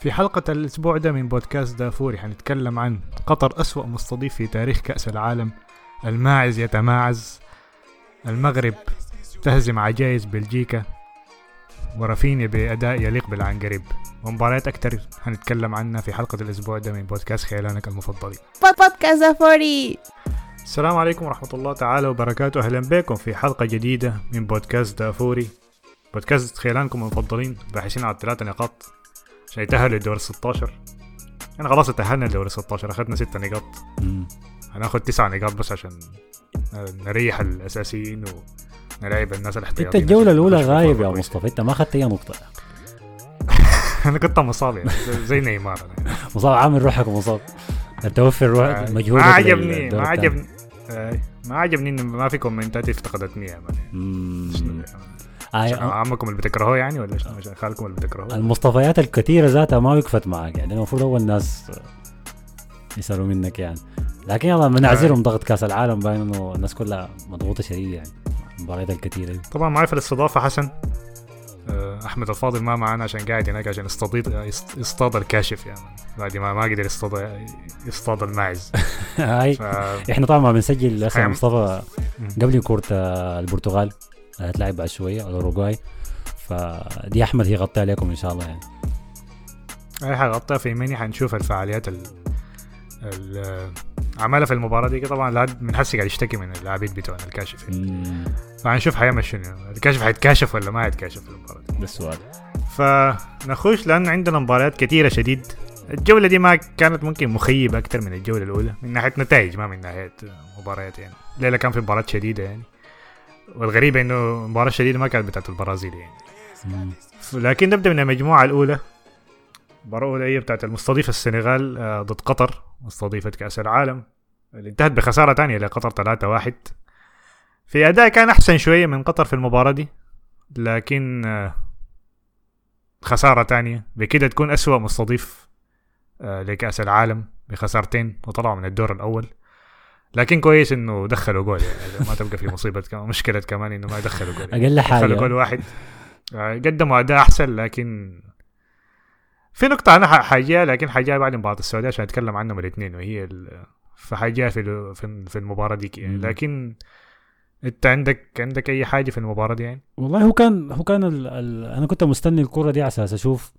في حلقة الأسبوع ده من بودكاست دافوري حنتكلم عن قطر أسوأ مستضيف في تاريخ كأس العالم. الماعز يتماعز، المغرب تهزم عجائز بلجيكا، ورافينيا بأداء يليق بالعنقريب، ومباريات أكتر حنتكلم عنها في حلقة الأسبوع ده من بودكاست خيلانك المفضلين بودكاست دافوري. السلام عليكم ورحمة الله تعالى وبركاته. أهلا بكم في حلقة جديدة من بودكاست دافوري، بودكاست خيلانكم المفضلين باحثين على 3 نقاط عشان يتأهلوا للدور 16. أنا خلاص اتأهلنا للدور 16، أخذنا 6 نقاط. هناخد 9 نقاط بس عشان نريح الأساسيين ونلعب الناس الاحتياطيين. انت الجولة الأولى غايب يا مصطفى، انت ما أخذت أي نقطة. أنا كنت مصاب يعني زي نيمار مصاب، عامل روحك مصاب، توفر مجهودك. ما عجبني إن ما في كومنتات افتقدتني يا مان. عمكم اللي بتكرهوه يعني ولا عشان خالكم اللي بتكرهوه؟ المصطفيات الكثيرة ذاتها ما وقفت معك يعني، المفروض أول ناس يسألوا منك يعني. لكن يلا بنعذرهم، ضغط كاس العالم باين انه الناس كلها مضغوطة شديد يعني، المباريات الكثيرة. طبعا معي في الاستضافة حسن أحمد الفاضل ما معنا عشان قاعد هناك عشان يصطاد الكاشف يعني، بعد ما قدر يصطاد الماعز. هاي احنا طبعا ما بنسجل يا مصطفى قبل كورة البرتغال هتلعب بعد شوية الأوروغواي، فدي أحمد هي غطيها لكم إن شاء الله يعني. أي حغطيها في ميني، حنشوف الفعاليات عملها في المباراة دي. طبعا من حسي قاعد يشتكي من اللاعبين بتوعنا الكاشف يعني. فهنشوف حيعمل شنو، الكاشف حيتكاشف ولا ما حيتكاشف في المباراة دي، ده السؤال. فنخش لأن عندنا مباريات كتيرة شديد. الجولة دي ما كانت ممكن مخيبة أكتر من الجولة الأولى من ناحية نتائج، ما من ناحية مباريات يعني. ليلة كان في مباراة شديدة يعني، والغريبة إنه مباراة شديدة ما كانت بتاعت البرازيل يعني. لكن نبدأ من المجموعة الأولى. المباراة الأولى هي بتاعت المستضيف السنغال ضد قطر، مستضيفة كأس العالم، اللي انتهت بخسارة تانية لقطر 3-1. في أداء كان أحسن شوية من قطر في المباراة دي، لكن خسارة تانية بكده تكون أسوأ مستضيف لكأس العالم بخسارتين وطلعوا من الدور الأول. لكن كويس انه دخلوا جول يعني، ما تبقى في مصيبه مشكله كمان انه ما يدخلوا جول يعني. اقل حاجه دخلوا جول واحد، قدموا اداء احسن. لكن في نقطه انا حاجه، لكن حاجه بعد مباراه السعوديه عشان اتكلم عنهم الاثنين، وهي فحاجه في المباراه دي يعني. لكن انت عندك اي حاجه في المباراه دي يعني؟ والله هو كان انا كنت مستني الكره دي على اساس اشوف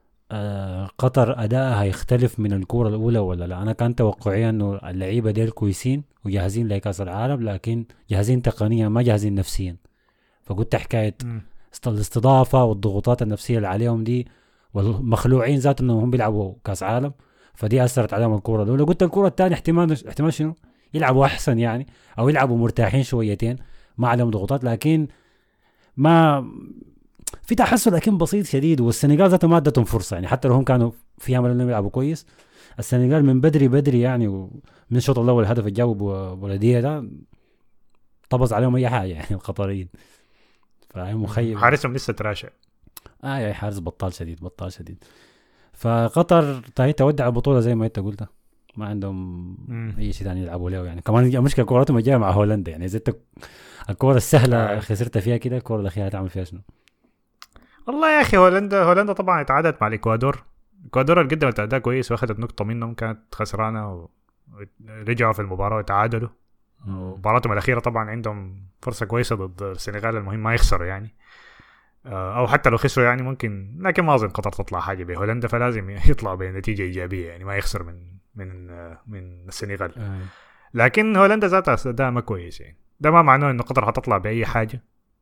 قطر أداءها هيختلف من الكورة الأولى ولا لا. أنا كان توقعي أنه اللعيبة ديل كويسين وجاهزين لكأس العالم، لكن جاهزين تقنيا ما جاهزين نفسيا. فقلت حكاية الاستضافة والضغوطات النفسية اللي عليهم دي، والمخلوعين ذات أنهم هم بيلعبوا كأس عالم، فدي أثرت عليهم الكورة الأولى. قلت الكورة الثانية احتمال شنو يلعبوا أحسن يعني، أو يلعبوا مرتاحين شويتين ما عليهم ضغوطات. لكن ما في تحسن لكن بسيط شديد، والسنغال ذاته ما ادتهم فرصه يعني، حتى لو هم كانوا في امل انهم يلعبوا كويس. السنغال من بدري يعني، ومن الشوط الاول الهدف اللي جابوا بولديه ده طبز عليهم اي حاجه يعني القطريين. فهي مخيب، حارسهم لسه تراشق. يا حارس بطال شديد. فقطر تودع البطوله زي ما انت قلت، ما عندهم اي شيء ثاني يلعبوا له يعني. كمان مشكله كورتهم جايه مع هولندا يعني، زي الكوره السهله خسرت فيها كده، الكوره الاخيره هتعمل فيها شنو؟ والله يا اخي هولندا طبعا اتعادت مع الاكوادور اللي قدمت اداء كويس واخذت نقطه منهم، كانت خسرانه ورجعوا في المباراه وتعادلوا. مباراتهم الاخيره طبعا عندهم فرصه كويسه ضد السنغال، المهم ما يخسروا يعني، او حتى لو خسروا يعني ممكن، لكن ما اظن قطر تطلع حاجه بهولندا، فلازم يطلع بنتيجه ايجابيه يعني، ما يخسر من السنغال. لكن هولندا ذاتها اداء ما كويس يعني، ده ما معناه انه قطر هتطلع باي حاجه.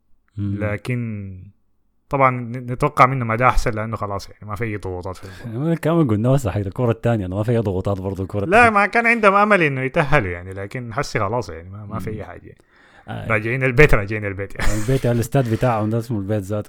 لكن طبعا نتوقع منه ما ده احسن، لانه خلاص يعني ما في اي ضغوطات في المباراه. كمان قلنا بس حق الكره الثانيه ما في اي ضغوطات برضه الكره لا ما كان عندهم امل انه يتاهلوا يعني، لكن حسي خلاص يعني ما في اي حاجه يعني. راجعين البيت يعني. البيت الاستاد بتاعهم ده اسمه البيت ذاته.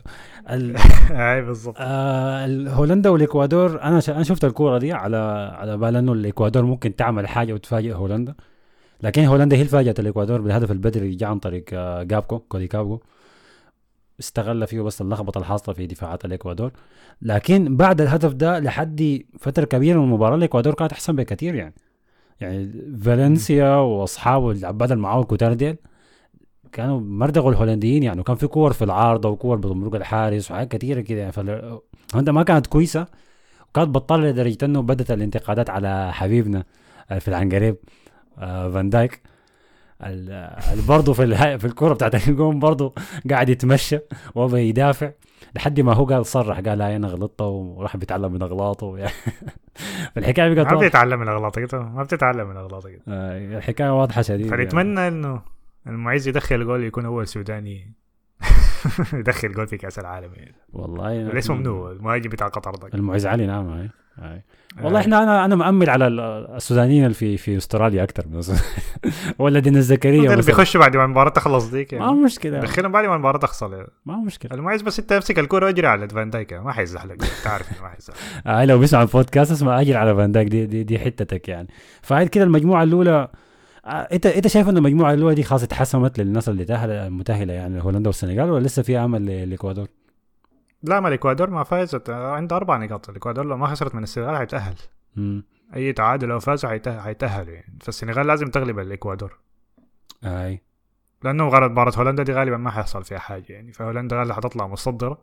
اي بالضبط. هولندا والاكوادور، انا شفت الكوره دي على بال انه الاكوادور ممكن تعمل حاجه وتفاجئ هولندا، لكن هولندا هي اللي فاجأت الاكوادور بالهدف البدري اللي جاء عن طريق كودي كابو، استغل فيه بس اللخبطه الحاصله في دفاعات الاكوادور. لكن بعد الهدف ده لحد فتره كبيره من المباراه الاكوادور كانت احسن بكثير يعني فالنسيا واصحابه اللي بدل معاه الكوتار ديل كانوا مردغوا الهولنديين يعني، وكان في كور في العارضه وكور بمرق الحارس وحاجات كثيره كده يعني. فهولندا ما كانت كويسه، كانت بطل لدرجة انه بدت الانتقادات على حبيبنا في العنقريب فان دايك برضه في الكرة بتاعت الجون برضه قاعد يتمشى وبيدافع لحد ما هو قال صرح قال لا انا غلطت وراح بيتعلم من اغلاطه يعني. فالحكايه ما بيتعلم من اغلاطك، ما بتتعلم من اغلاطك. الحكايه واضحه شديد. فنتمنى يعني انه المعز يدخل جول يكون اول سوداني يدخل جول في كاس العالم يعني. والله اسمه منو المهاجم بتاع قطر ده؟ المعز علي. نعم هاي. والله احنا انا مأمل على السودانيين اللي في استراليا اكثر من ولا دين الزكريا اللي بيخشوا بعد ما المباراه تخلص ديك يعني. ما مشكله دخلهم بعد ما المباراه تخلص ما مشكله. المعز بس انت امسك الكوره واجري على فان دايك ما حيزحلق تعرف انه ما حيزحلق. لو بيسمع البودكاست اسمع اجري على فان دايك دي حتتك يعني. فهاي كده المجموعه الاولى. انت شايف ان المجموعه الاولى دي خلاص اتحسمت للناس اللي متاهله يعني هولندا والسنغال ولا لسه في امل للاكوادور؟ لا ما الاكوادور ما فازت عنده 4 نقاط. الاكوادور لو ما خسرت من السنغال هيتاهل. اي تعادل لو فازوا هيتاهلوا يعني. فالسنغال لازم تغلب الاكوادور اي لانه مباراه هولندا دي غالبا ما حيحصل فيها حاجه يعني. فهولندا غالبا حتطلع متصدره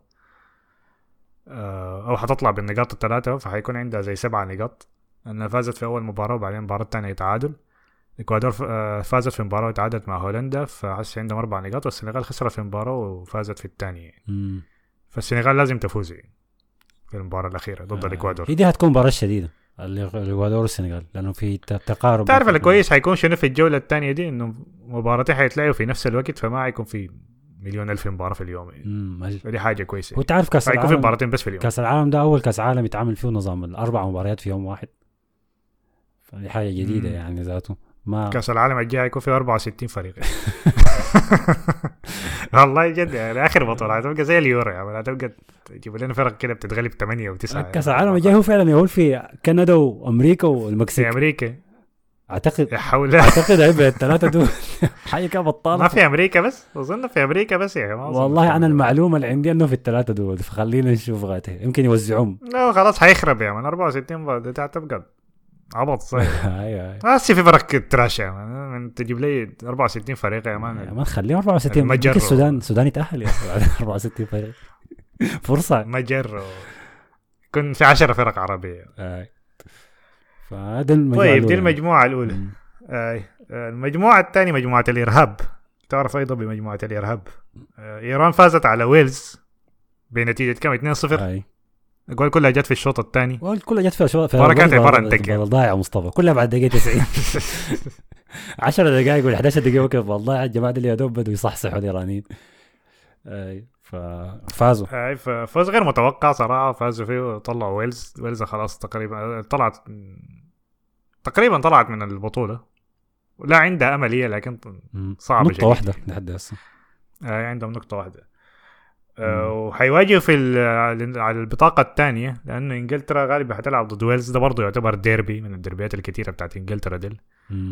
او حتطلع بالنقاط ال3 فحيكون عندها زي 7 نقاط لانها فازت في اول مباراه وبعدين المباراه الثانيه تعادل. الاكوادور فازت في مباراه وتعادلت مع هولندا فحس عندهم 4 نقاط والسنغال خسرت في مباراه وفازت في الثانيه يعني. فالسنغال لازم تفوز يعني في المباراه الاخيره ضد الاكوادور. دي هتكون مباراه شديده الاكوادور والسنغال لانه في تقارب. تعرف الكويس حيكون شنو في الجوله الثانيه دي انه مباراتين حيتلاقوا في نفس الوقت فما حيكون في مليون الف مباراه في اليوم يعني. دي حاجه كويسه. وتعرف كاس العالم حيكون في مباراتين بس في اليوم. كاس العالم ده اول كاس عالم يتعمل فيه نظام 4 مباريات في يوم واحد. فدي حاجه جديده يعني ذاته. ما كاس العالم الجاي هيكون فيه 64 فريق. والله جد يعني اخر بطوله هتبقى زي اليورو يعني. هتبقى يجيبوا لنا فرق كده بتتغلب 8 و9. كاس العالم الجاي هو فعلا يقول في كندا وامريكا والمكسيك. في امريكا اعتقد هيبقى الثلاثه دول حاجه كده بطاله. ما في امريكا بس اظن في امريكا بس يا جماعه. والله انا المعلومه اللي عندي انه في الثلاثه دول فخلينا نشوف غاته يمكن يوزعوهم. لا خلاص هيخرب يا من 64 تبقى عبط صحيح. ايوه بس في فرق تراش يا مان. تجيب لي 64 فريق يا مان. ما نخليهم 64. ممكن السودان يتأهل يا 64 فريق فرصة. مجر كن في 10 فرق عربية. فهذا المجموعة. طيب دي المجموعة الأولى. المجموعة الثانية مجموعة الإرهاب. تعرف أيضا بمجموعة الإرهاب إيران فازت على ويلز بنتيجة كم 2-0. الجول كلها جت في الشوط الثاني. كلها جت في الشوط. بركات عبارة ضايع مصطفى كلها بعد دقيقة 90. 10 دقائق ولا 11 دقيقة وقف والله الجماعة اللي يا دوب بدوا يصحصحوا الإيرانيين. ففازوا. فوز غير متوقع صراحة. فازوا فيه وطلعوا ويلز خلاص تقريبا طلعت من البطولة. لا عندها أمل هي لكن صعب نقطة واحدة لحد هسه. عندهم نقطة واحدة. وحيواجهوا على البطاقة الثانية لأنه إنجلترا غالبا حتلعب ضد ويلز. ده برضو يعتبر ديربي من الدربيات الكتيرة بتاعت إنجلترا ديل.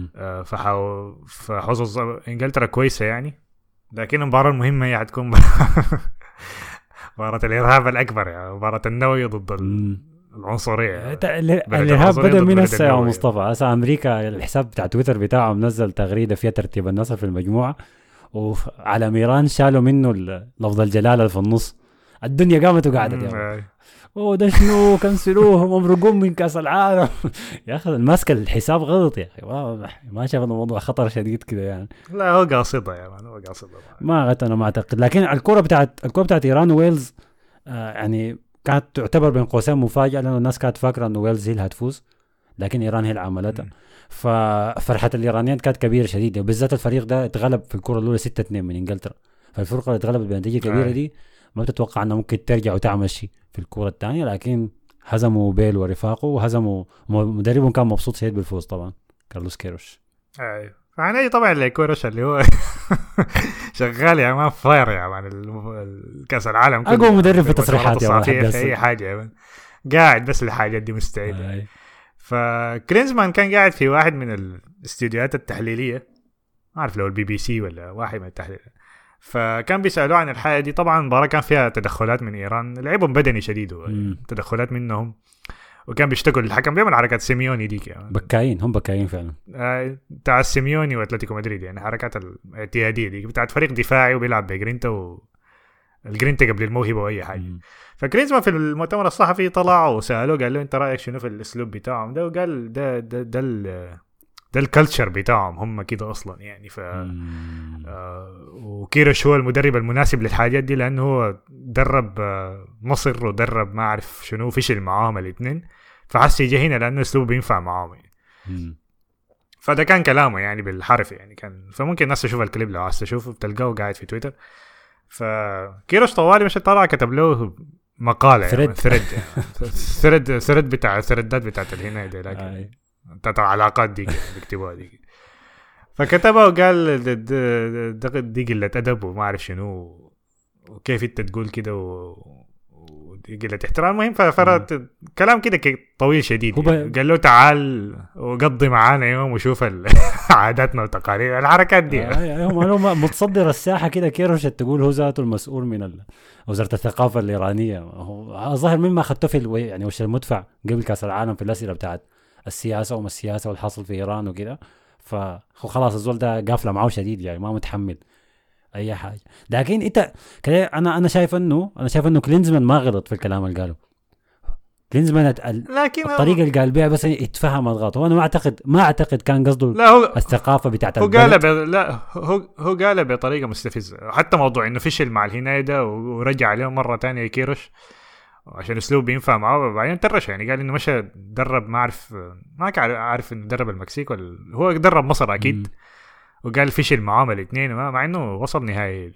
فحظوظ إنجلترا كويسة يعني. لكن المباراة المهمة هي حتكون مباراة الإرهاب الأكبر يعني. مباراة النووي ضد العنصرية. الإرهاب بدأ من هسه يا مصطفى. هسه أمريكا الحساب بتاع تويتر بتاعهم نزل تغريدة فيها ترتيب الناس في المجموعة وعلى ميران شالوا منه لفظ الجلالة في النص. الدنيا قامت وقعدت يا ده شنو كنسلوهم ومرقوم من كاس العالم. يا اخي الماسكه الحساب غلط يا اخي. ما شاف الموضوع خطر شديد كده يعني. لا هو قاصده يا مان. هو قاصده ما غت انا ما اعتقد. لكن الكره بتاعت ايران وويلز يعني كانت تعتبر بين قوسين مفاجاه لانه الناس كانت فاكره انه ويلز هي اللي هتفوز لكن ايران هي اللي عملتها. ففرحه الايرانيين كانت كبيره شديده وبالذات الفريق ده اتغلب في الكره الاولى 6-2 من انجلترا. فالفرقه اللي اتغلبت بنتيجه كبيره دي ما بتتوقع انها ممكن ترجع وتعمل شيء في الكره الثانيه. لكن هزموا بيل ورفاقه وهزموا مدربهم كان مبسوط شديد بالفوز طبعا كارلوس كيروش. ايوه فعني طبعا اللي كيروش اللي هو شغال يا مان فاير يا مان الكاس العالم اقوى مدرب في التصريحات يا مان في اي حاجه يا مان. قاعد بس الحاجات دي مستعد. فكلينزمان كان قاعد في واحد من الاستديوهات التحليليه ما اعرف لو الBBC ولا واحد من التحليل. فكان بيسألوه عن الحاجة دي. طبعا المباراة كان فيها تدخلات من إيران. لعبهم بدني شديد تدخلات منهم وكان بيشتكوا الحكم بيعمل حركات سيميوني ديك يعني. بكاين فعلا بتاع السيميوني واتلتيكو مدريد يعني حركات الاعتيادية دي بتاعت فريق دفاعي وبيلعب بجرينتا الجرينتا قبل الموهبه واي حاجه. فكريزمان في المؤتمر الصحفي طلع وسالوه قال له انت رايك شنو في الاسلوب بتاعهم ده، وقال ده الكلتشر بتاعهم هم كده اصلا يعني. وكيروش هو المدرب المناسب للحاجات دي لانه هو درب مصر ودرب ما اعرف شنو فشل معاهم الاثنين، فحس يجي هنا لانه اسلوبه بينفع معاهم يعني. فده كان كلامه يعني بالحرف يعني كان. فممكن الناس تشوف الكليب لو عايز تشوفه بتلقاه قاعد في تويتر. فكيروش طوالي مش طلع كتب له مقالة يعني ثريد بتاع الثريدات بتاعت الهنا دي لكن بتاعت العلاقات دي بيكتبوها دي. فكتبها وقال دي قلة أدب وما أعرف شنو وكيف أنت تقول كده قلة احترام. مهم ففرد كلام كده طويل شديد يعني. قال له تعال وقضي معانا يوم وشوف عاداتنا وتقاليدنا الحركات دي. هو متصدر الساحة كده كيروش تقول هو ذاته المسؤول من وزارة الثقافة الإيرانية. هو ظاهر مما أخذته في يعني وش المدفع قبل كأس العالم في الأسئلة بتاعت السياسة وما السياسة والحصل في إيران وكده. فخلاص الزول ده قافلة معه شديد يعني ما متحمل اي حاجه. لكن انت انا شايف انه كلينزمان ما غلط في الكلام اللي قاله. كلينزمان لكن الطريقه اللي قال بها بس يتفهم الغلط. وانا ما اعتقد كان قصده الثقافه بتاعت البلد. هو قال بطريقه مستفزه. حتى موضوع انه فشل مع الهنايه ده ورجع عليه مره تانية كيروش عشان اسلوب ينفع معه بعدين ترش يعني. قال انه مشى درب ما كان عارف انه درب المكسيك هو درب مصر اكيد. وقال فشل معاهم الاثنين مع انه وصل نهائي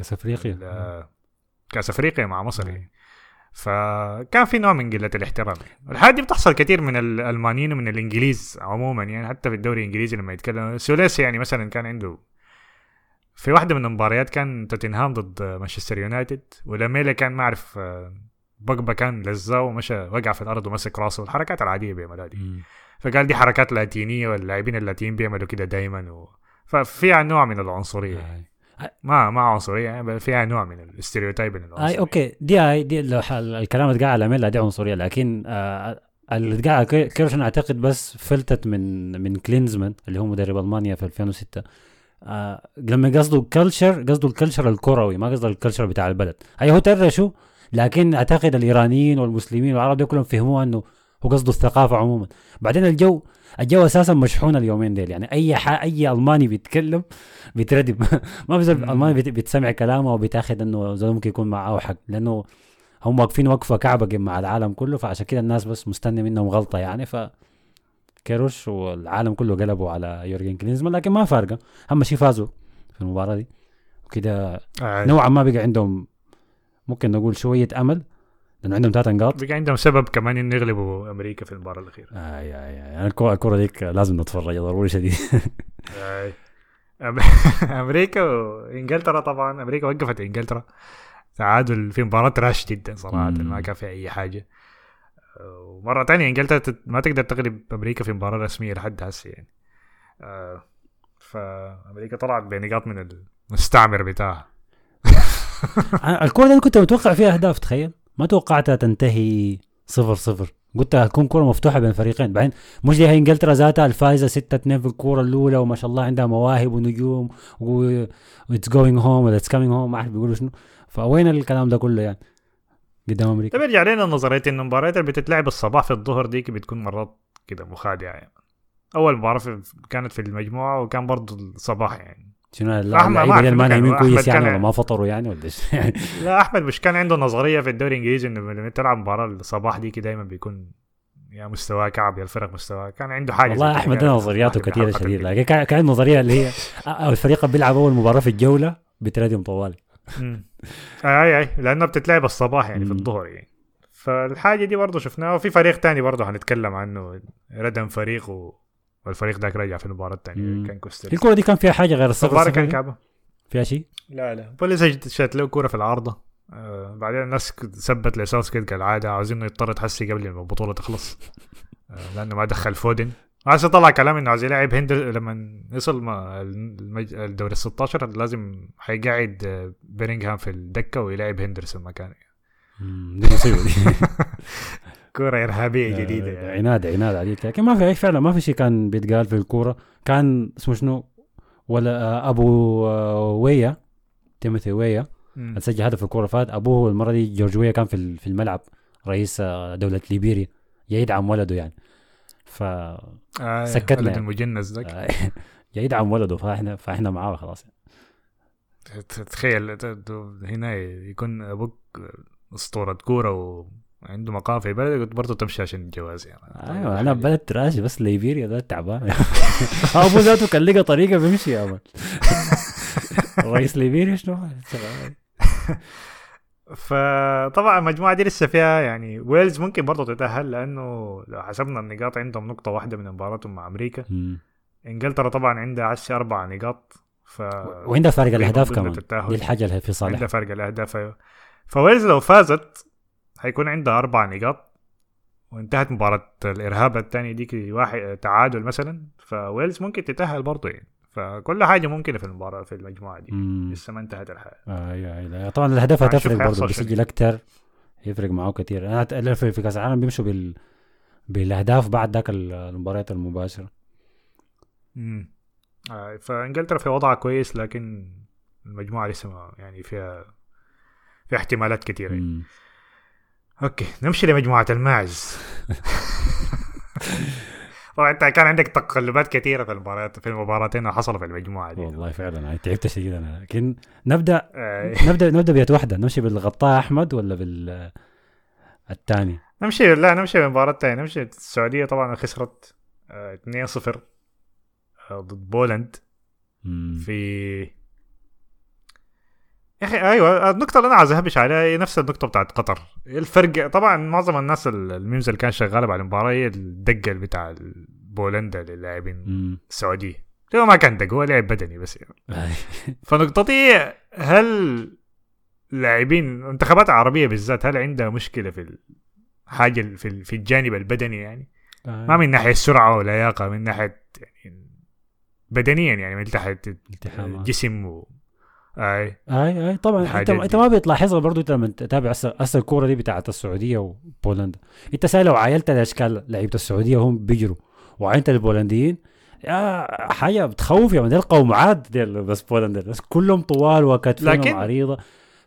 كاس افريقيا مع مصر يعني. فكان في نوع من قله الاحترام يعني. الحاجه دي بتحصل كثير من الالمانيين ومن الانجليز عموما يعني. حتى في الدوري الانجليزي لما يتكلم سوليس يعني مثلا كان عنده في واحده من المباريات كان توتنهام ضد مانشستر يونايتد ولاميلا كان ما اعرف بقبه كان لزاه ومشى وقع في الارض ومسك راسه. الحركات العاديه بيعملها دي. فقال دي حركات لاتينيه واللاعبين اللاتينيين بيعملوا كده دايما ففيها نوع من العنصريه. ما عنصريه فيها نوع من الاستيريوتايب العنصريه. اوكي دي الكلام اللي قاعد على ميلا دي عنصريه. لكن اللي قاعد كيروش انا اعتقد بس فلتت من كلينزمان اللي هو مدرب المانيا في 2006 لما قصده الكلتشر الكروي ما قصده الكلتشر بتاع البلد. هو ترشوا. لكن اعتقد الايرانيين والمسلمين والعرب كلهم فهموا انه هو قصده الثقافه عموما. بعدين الجو اساسا مشحون اليومين ديل يعني. اي الماني بيتكلم بيتردم ما بيزول الماني بتسمع كلامه وبتاخد انه زي ممكن يكون معه حق لانه هم واقفين وقفه كعبه مع العالم كله. فعشان كده الناس بس مستني منهم غلطه يعني. فكيروش والعالم كله قلبوا على يورجن كلينزمان. لكن ما فارقه اهم شيء فازوا في المباراه دي وكده نوعا ما بقى عندهم ممكن نقول شويه امل لأنه عندهم 3 نقاط. بقى عندهم سبب كمان إن يغلبوا أمريكا في المباراة الأخيرة. يعني الكرة ديك لازم نتفرج ضروري شديد. أمريكا وإنجلترا طبعا. أمريكا وقفت إنجلترا تعادل في مباراة راش جدا صراحة ما كان في أي حاجة. ومرة تانية إنجلترا ما تقدر تغلب أمريكا في مباراة رسمية لحد هسه يعني. فأمريكا طلعت بنقاط من المستعمر بتاعها. الكرة دي كنت متوقع فيها أهداف. تخيل ما توقعتها تنتهي 0-0. قلت هتكون كرة مفتوحة بين فريقين. بعدين مش دي هي انجلترا ذاتها الفائزة 6-2 في الكرة الأولى وما شاء الله عندها مواهب ونجوم it's going home ولا it's coming home ما أحد بيقولوا شنو. فوين الكلام ده كله يعني قدام أمريكا. تبرجع علينا نظرية إنه المباريات اللي بتتلعب الصباح في الظهر ديك بتكون مرات كده مخادعة يعني. أول مباراة كانت في المجموعة وكان برضو الصباح يعني. شنو اللعيبه ما نايمين كويس يعني ولا ما فطروا يعني ولا ايش يعني. لا احمد مش كان عنده نظريه في الدوري الانجليزي انه لما تلعب مباراه الصباح دي دايما بيكون يا مستوى كعب يا الفرق مستوى. كان عنده حاجه والله احمد نظرياته كثيره شديده. لكن كان نظريه اللي هي الفريق بيلعب اول مباراه في الجوله بتردم طوال. اي لانه بتتلعب الصباح يعني في الظهر يعني. فالحاجه دي برضه شفناها. وفي فريق تاني برضه هنتكلم عنه ردم فريق والفريق ده رجع في المباراة الثانية كان كوستاريكا. الكرة دي كان فيها حاجة غير الصفر كان كعبة فيها شيء؟ لا بوليس شات له كرة في العارضة. بعدين الناس ثبت لأساس كده كالعادة عاوزينه يضطر تحسي قبل ما البطولة تخلص لأنه ما دخل فودن. عايز طلع كلام إنه عايز يلعب لما يصل الدوري 16 لازم هيقعد بيرينغهام في الدكة ويلعب هندرسون مكانه. دي مصيبة دي. كورة إرهابية جديدة يعني. عناد عليك. لكن ما في فعلا ما في شيء كان بيتقال في الكورة. كان اسمه شنو ولا أبو ويا تيموثي ويا سجل هدف في الكوره فات. ابوه المره دي جورجويا كان في الملعب، رئيس دوله ليبيريا، يدعم ولده يعني. ف سكتنا ولد يعني. المجنس ذاك يدعم ولده، فاحنا معاه خلاص يعني. تخيل هنا يكون ابوك اسطوره كوره وعنده مقام في بلدك برضه تمشي عشان الجواز يعني. ايوه انا بلد تراشي بس ليبيريا ده تعبان. ابو ذاته كان لقى طريقه بيمشي يا مان. رئيس ليبيريا شنو؟ فطبعا المجموعه دي لسه فيها يعني ويلز ممكن برضه تتاهل، لانه لو حسبنا النقاط عندهم نقطه واحده من مباراتهم مع امريكا. انجلترا طبعا عندها عشان 4 نقاط وعندها فارق الاهداف كمان، دي الحاجه اللي في صالحها، عندها فرق الاهداف. فويلز لو فازت هيكون عندها 4 نقاط وانتهت مباراة الإرهاب الثانية ديك واحد تعادل مثلا، فويلز ممكن تتأهل برضه يعني. فكل حاجة ممكنة في المباراة في المجموعة دي لسه ما انتهت الحياة. أيوة. طبعا الأهداف هتفرق برضه، بيسجل أكتر يفرق معه كتير. أنا في كأس العالم بيمشوا بالأهداف بعد ذاك المباريات المباشرة. فإنجلترا في وضعها كويس، لكن المجموعة لسه يعني فيها احتمالات كتيرة يعني. اوكي نمشي لمجموعة الماعز. طبعا انت كان عندك تقلبات كثيرة في المباراتين اللي حصلوا في المجموعة دي. والله فعلا انا تعبت شديد انا، لكن نبدا بيت واحدة. نمشي بالغطاء احمد ولا بالثاني؟ نمشي بالمباراة الثانية. نمشي السعودية طبعا خسرت 2-0 ضد بولند في يا اخي. ايوه النقطة اللي انا عايز اهبش عليها هي نفس النقطة بتاعت قطر. الفرق طبعا معظم الناس الميمز اللي كان شغالة على المباراة هي الدقة بتاع بولندا للاعبين السعودية. هو ما كان دق، هو لعب بدني بس يعني. فنقطتي هل لاعبين منتخبات عربية بالذات هل عندها مشكلة في حاجة في الجانب البدني يعني؟ ما من ناحية السرعة واللياقة، من ناحية يعني بدنيا يعني من ناحية الجسم اي طبعا. انت ما بتلاحظها برضو انت لما تتابع اصل الكوره دي بتاعت السعوديه وبولندا. انت ساي لو عايلت الاشكال لعيبه السعوديه هم بيجروا وعينت البولنديين حاجه بتخوف يا من القومعات دي. بس بولندا بس كلهم طوال وكتفهم عريضه،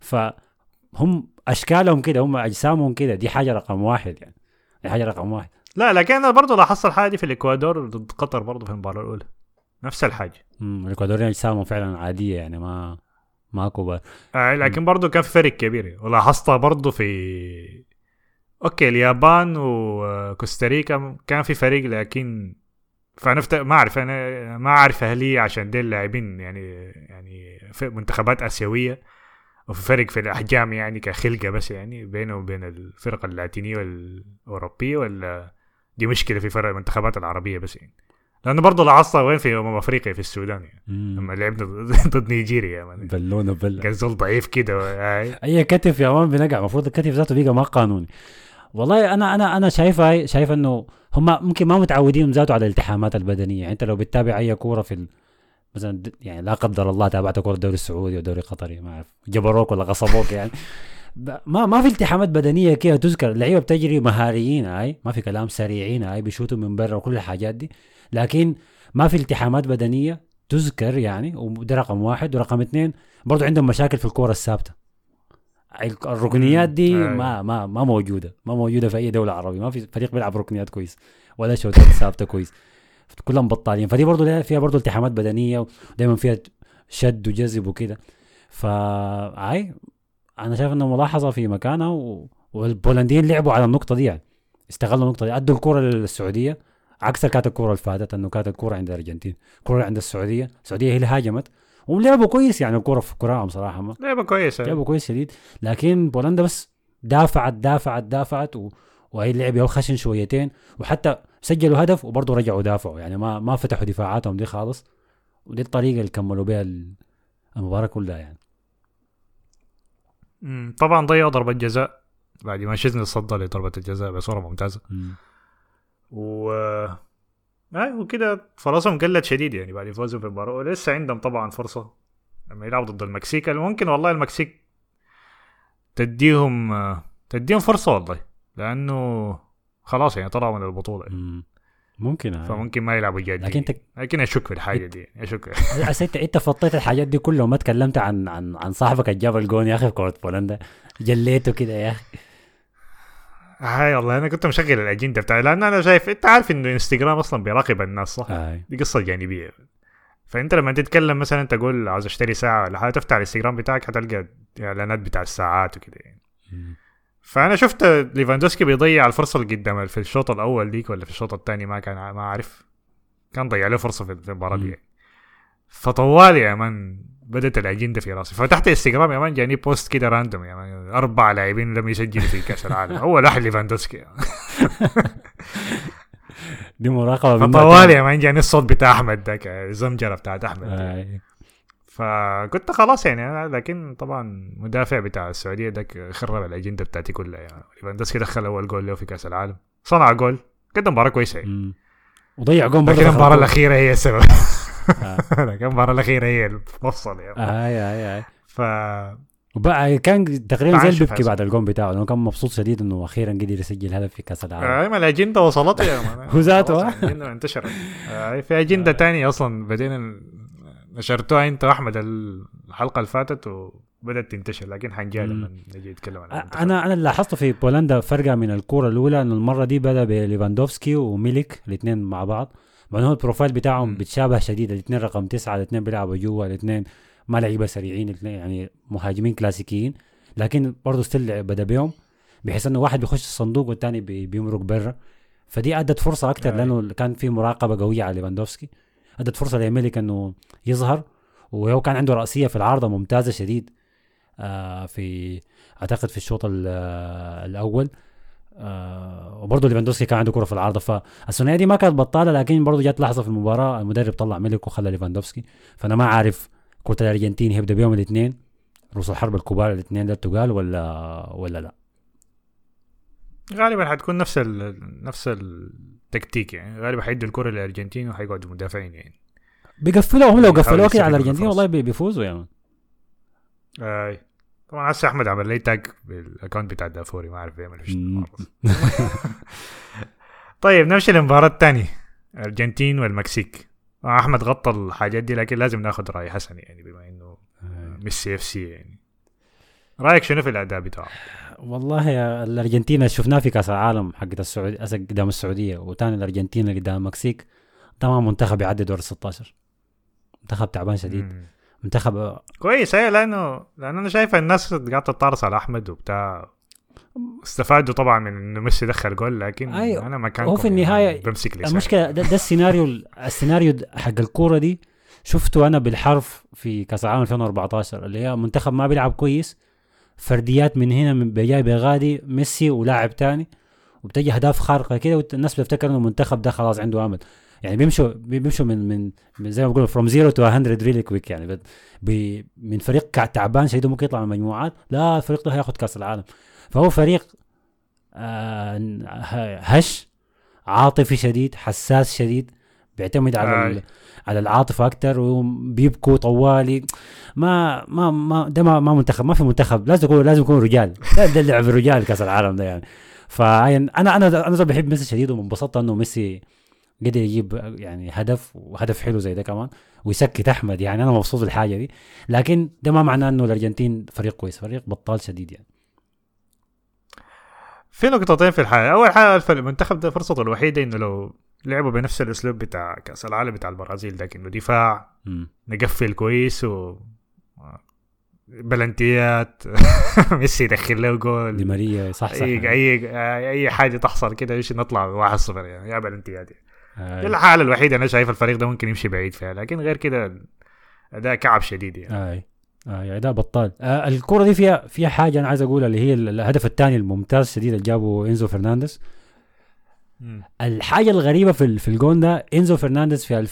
فهم اشكالهم كده، هم اجسامهم كده. دي حاجه رقم واحد يعني، دي حاجه رقم واحد. لا لكن انا برضو لاحظت الحاجه دي في الاكوادور ضد قطر برضو في المباراه الاولى نفس الحاجه. الاكوادوريين اجسامهم فعلا عاديه يعني ما كبار. لكن برضو كان في فرق كبير ولاحظتها برضو في اوكي اليابان وكوستاريكا كان في فريق، لكن ما اعرف انا ما اعرف هل هي عشان دي اللاعبين يعني في منتخبات اسيويه وفي فرق في الاحجام يعني كخلقه بس يعني بينه وبين الفرق اللاتينيه والاوروبيه، ولا دي مشكله في فرق المنتخبات العربيه بس يعني. لانه برضه لاحظتها وين في افريقيا في السودان يعني لما لعبنا ضد نيجيريا يعني بلونه قزول ضعيف كده اي كتف يا مان بنقع. المفروض الكتف ذاته بيقى ما قانوني. والله انا شايف انه هم ممكن ما متعودين ذاته على الالتحامات البدنيه. يعني انت لو بتتابع اي كوره في مثلا يعني لا قدر الله تابعت كوره الدوري السعودي والدوري القطري ما اعرف جبروك ولا غصبوك يعني ما في التحامات بدنيه كده تذكر. اللعيبه بتجري مهاريين ما في كلام سريعين بيشوتوا من برا وكل الحاجات دي، لكن ما في التحامات بدنيه تذكر يعني. وده رقم واحد. ورقم 2 برضو عندهم مشاكل في الكوره الثابته. الركنيات دي ما موجوده في اي دوله عربيه. ما في فريق بيلعب ركنيات كويس ولا شوتات ثابته كويس، كلهم بطالين. فدي برضو فيها برضو التحامات بدنيه ودايما فيها شد وجذب وكده. انا شايف انه ملاحظه في مكانها والبولنديين لعبوا على النقطه دي يعني، استغلوا النقطه دي، ادوا الكره للسعوديه عكس كانت الكره اللي فاتت انه كانت الكره عند الارجنتين. الكره عند السعوديه هي اللي هاجمت ولعبوا كويس يعني. الكره في كراهم صراحه لعبوا كويس شديد، لكن بولندا بس دافعت وهي اللعب يو خشن شويتين، وحتى سجلوا هدف وبرضه رجعوا دافعوا يعني ما فتحوا دفاعاتهم دي خالص. ودي الطريقه اللي كملوا بها المباراه كلها يعني. طبعا ضيعوا ضربة جزاء بعد ما شزني صدى لضربة الجزاء بصورة ممتازة وكده فرصهم قلت شديد يعني بعد يفوزوا في المباراة. ولسه عندهم طبعا فرصة لما يلعبوا ضد المكسيك. ممكن والله المكسيك تديهم فرصة والله، لأنه خلاص يعني طلعوا من البطولة ممكن فممكن ما يلعبوا جدي، لكن اشك في الحاجه دي، اشك. انت فطيت الحاجات دي كلها وما تكلمت عن صاحبك اللي جاب الجون يا اخي في كره بولندا، جليته كده يا اخي. هاي والله انا كنت مشغل الاجنده بتاعي، لان انا شايف انت عارف انه انستغرام اصلا بيراقب الناس صح؟ دي قصه جانبيه. فانت لما تتكلم مثلا تقول عاوز اشتري ساعه ولا حاجه، تفتح الانستغرام بتاعك حتلقى اعلانات بتاع الساعات وكده يعني. فانا شفت ليفاندوسكي بيضيع الفرصه اللي قدام في الشوط الاول ديك ولا في الشوط الثاني، ما اعرف، كان ضيع له فرصه في المباراه دي. فطوال يا مان بدت الاجنده في راسي، فتحت انستغرام يا مان جاني بوست كده راندوم يا مان 4 لاعبين لم يسجلوا في كاس العالم، اول واحد ليفاندوسكي. دي مراقبه. فطوال يا مان جاني الصوت بتاع احمد ذاك، الزمجره بتاعت احمد. فكنت خلاص يعني، لكن طبعا مدافع بتاع السعوديه ذاك خرب الاجنده بتاعتي كلها يعني. ليفاندوسكي دخل اول جول له في كاس العالم، صنع جول، قدم مباراه كويسه يعني. وضيع جول برضه. لكن المباراه الاخيره هي السبب. لكن المباراه الاخيره هي المفصل يعني. هاي ف وبقى كان تقريبا زي اللي بيبكي بعد الجون بتاعه، لانه كان مبسوط شديد انه اخيرا قدر يسجل هدف في كاس العالم. ما الاجنده وصلت يا مان. هو ذاته الاجنده انتشرت. في اجنده تانية اصلا بدينا نشرتوها انت واحمد الحلقه اللي فاتت وبدات تنتشر، لكن حنجي لما نجي نتكلم عنها. انا اللي لاحظته في بولندا فرقه من الكوره الاولى، انه المره دي بدا بليفاندوفسكي وميليك الاثنين مع بعض، مع انه البروفايل بتاعهم بتشابه شديد، الاثنين رقم 9، الاثنين بيلعبوا جوا، الاثنين ما لعيبه سريعين، الاثنين يعني مهاجمين كلاسيكيين، لكن برضه ستيل بدا بيهم، بحيث انه واحد بيخش الصندوق والثاني بيمرق برا. فدي ادت فرصه اكثر لانه كان في مراقبه قويه على ليفاندوفسكي، ادت فرصه لميليك انه يظهر، وهو كان عنده رأسية في العارضة ممتازة شديد. في اعتقد في الشوط الاول. وبرضه ليفاندوسكي كان عنده كرة في العارضة، فالثنائية دي ما كانت بطالة، لكن برضه جات لحظة في المباراة المدرب طلع ميليك وخلى ليفاندوفسكي. فانا ما عارف كرة الارجنتين هيبدا بيهم الاثنين رؤوس الحرب الكبار الاثنين ده تقال ولا لا. غالبا حتكون نفس التكتيك يعني، غالبا حيدوا الكرة للارجنتين وحيقعدوا مدافعين يعني. بيقفلوا هم، لو قفلوا كده على الارجنتين والله بيفوزوا يعني. طبعا هسه احمد عمل لي تاج بالاكونت بتاع الدافوري، ما اعرف يعمل ايش. طيب نمشي للمباراة الثانية، الارجنتين والمكسيك. احمد غطى الحاجات دي، لكن لازم ناخذ راي حسن يعني، بما انه ميسي اف سي يعني. رايك شنو في الاداء بتاعه؟ والله يا الارجنتين شفناه في كاس العالم حق السعوديه قدام السعوديه، وثاني الارجنتين قدام المكسيك. طبعا منتخب يعدي دور 16، منتخب تعبان شديد. منتخب كويس لانه انا شايف الناس قاعده تتطارس على احمد وبتاع، استفادوا طبعا من انه ميسي دخل جول، لكن انا ما كان هو في النهايه يعني بمسك لساني. المشكله ده السيناريو حق الكوره دي شفته انا بالحرف في كاس العالم 2014، اللي هي منتخب ما بيلعب كويس، فرديات من هنا من جاي بغادي ميسي ولاعب تاني، وبتجي اهداف خارقه كده، والناس بتفتكر انه المنتخب ده خلاص عنده امل يعني. بيمشوا من زي ما بيقولوا from 0 to 100 really quick يعني. من فريق تعبان شديد ممكن يطلع من المجموعات، لا الفريق ده هياخد كاس العالم. فهو فريق هش، عاطفي شديد، حساس شديد، بيعتمد على العاطفه اكتر، وبيبكوا طوالي. ما منتخب، ما في منتخب لازم يكون رجال. ده لعب الرجال كاس العالم ده يعني. فانا بحب ميسي شديد، وانبسطت انه ميسي قدر يجيب يعني هدف حلو زي ده كمان، ويسكت احمد يعني. انا مبسوط بالحاجه دي، لكن ده ما معناه انه الارجنتين فريق كويس، فريق بطال شديد يعني. في نقطتين في الحاله. اول حاجه المنتخب ده فرصته الوحيده انه لو لعبوا بنفس الاسلوب بتاع كاس العالم بتاع البرازيل ده، انه دفاع نقفل كويس بلنتيات ميسي يدخل له جول، دي ماريا صح اي حاجه تحصل كده ايش نطلع 1-0 يعني، يا بلنتيات دي الحاله الوحيده انا شايف الفريق ده ممكن يمشي بعيد فيها، لكن غير كده ده كعب شديد يعني. ده بطال. الكرة دي فيها حاجة أنا عايز أقولها، اللي هي الهدف الثاني الممتاز شديد اللي جابه إنزو فرنانديز. الحاجة الغريبة في الجون ده، إنزو فرنانديز في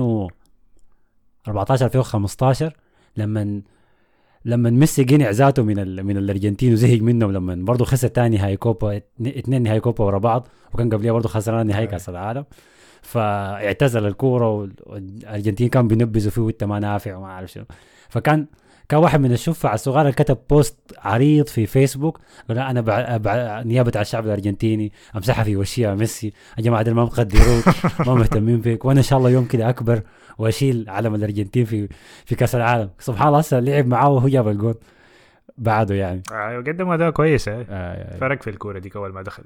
2014 2015 لما ميسي جيني ذاته من الارجنتين وزهق منهم، لما برضه خسر تاني نهائي كوبا، 2 نهائي كوبا ورا بعض، وكان قبلها برضه خسران نهائي كاس العالم. فاعتزل الكوره، والارجنتين كان بينبذوا فيه وانت ما نافع وما عارف شنو. فكان كان واحد من الشفع الصغار كتب بوست عريض في فيسبوك قال انا نيابه على الشعب الارجنتيني امسحها في وشيا ميسي، يا جماعه دول ما مقدروك ما مهتمين بك، وانا ان شاء الله يوم كده اكبر واشيل علم الارجنتين في كاس العالم. سبحان الله هسه لعب معاه وهو جاب الجول بعده يعني. قدم اداء كويس. فرق في الكوره دي اول ما دخل.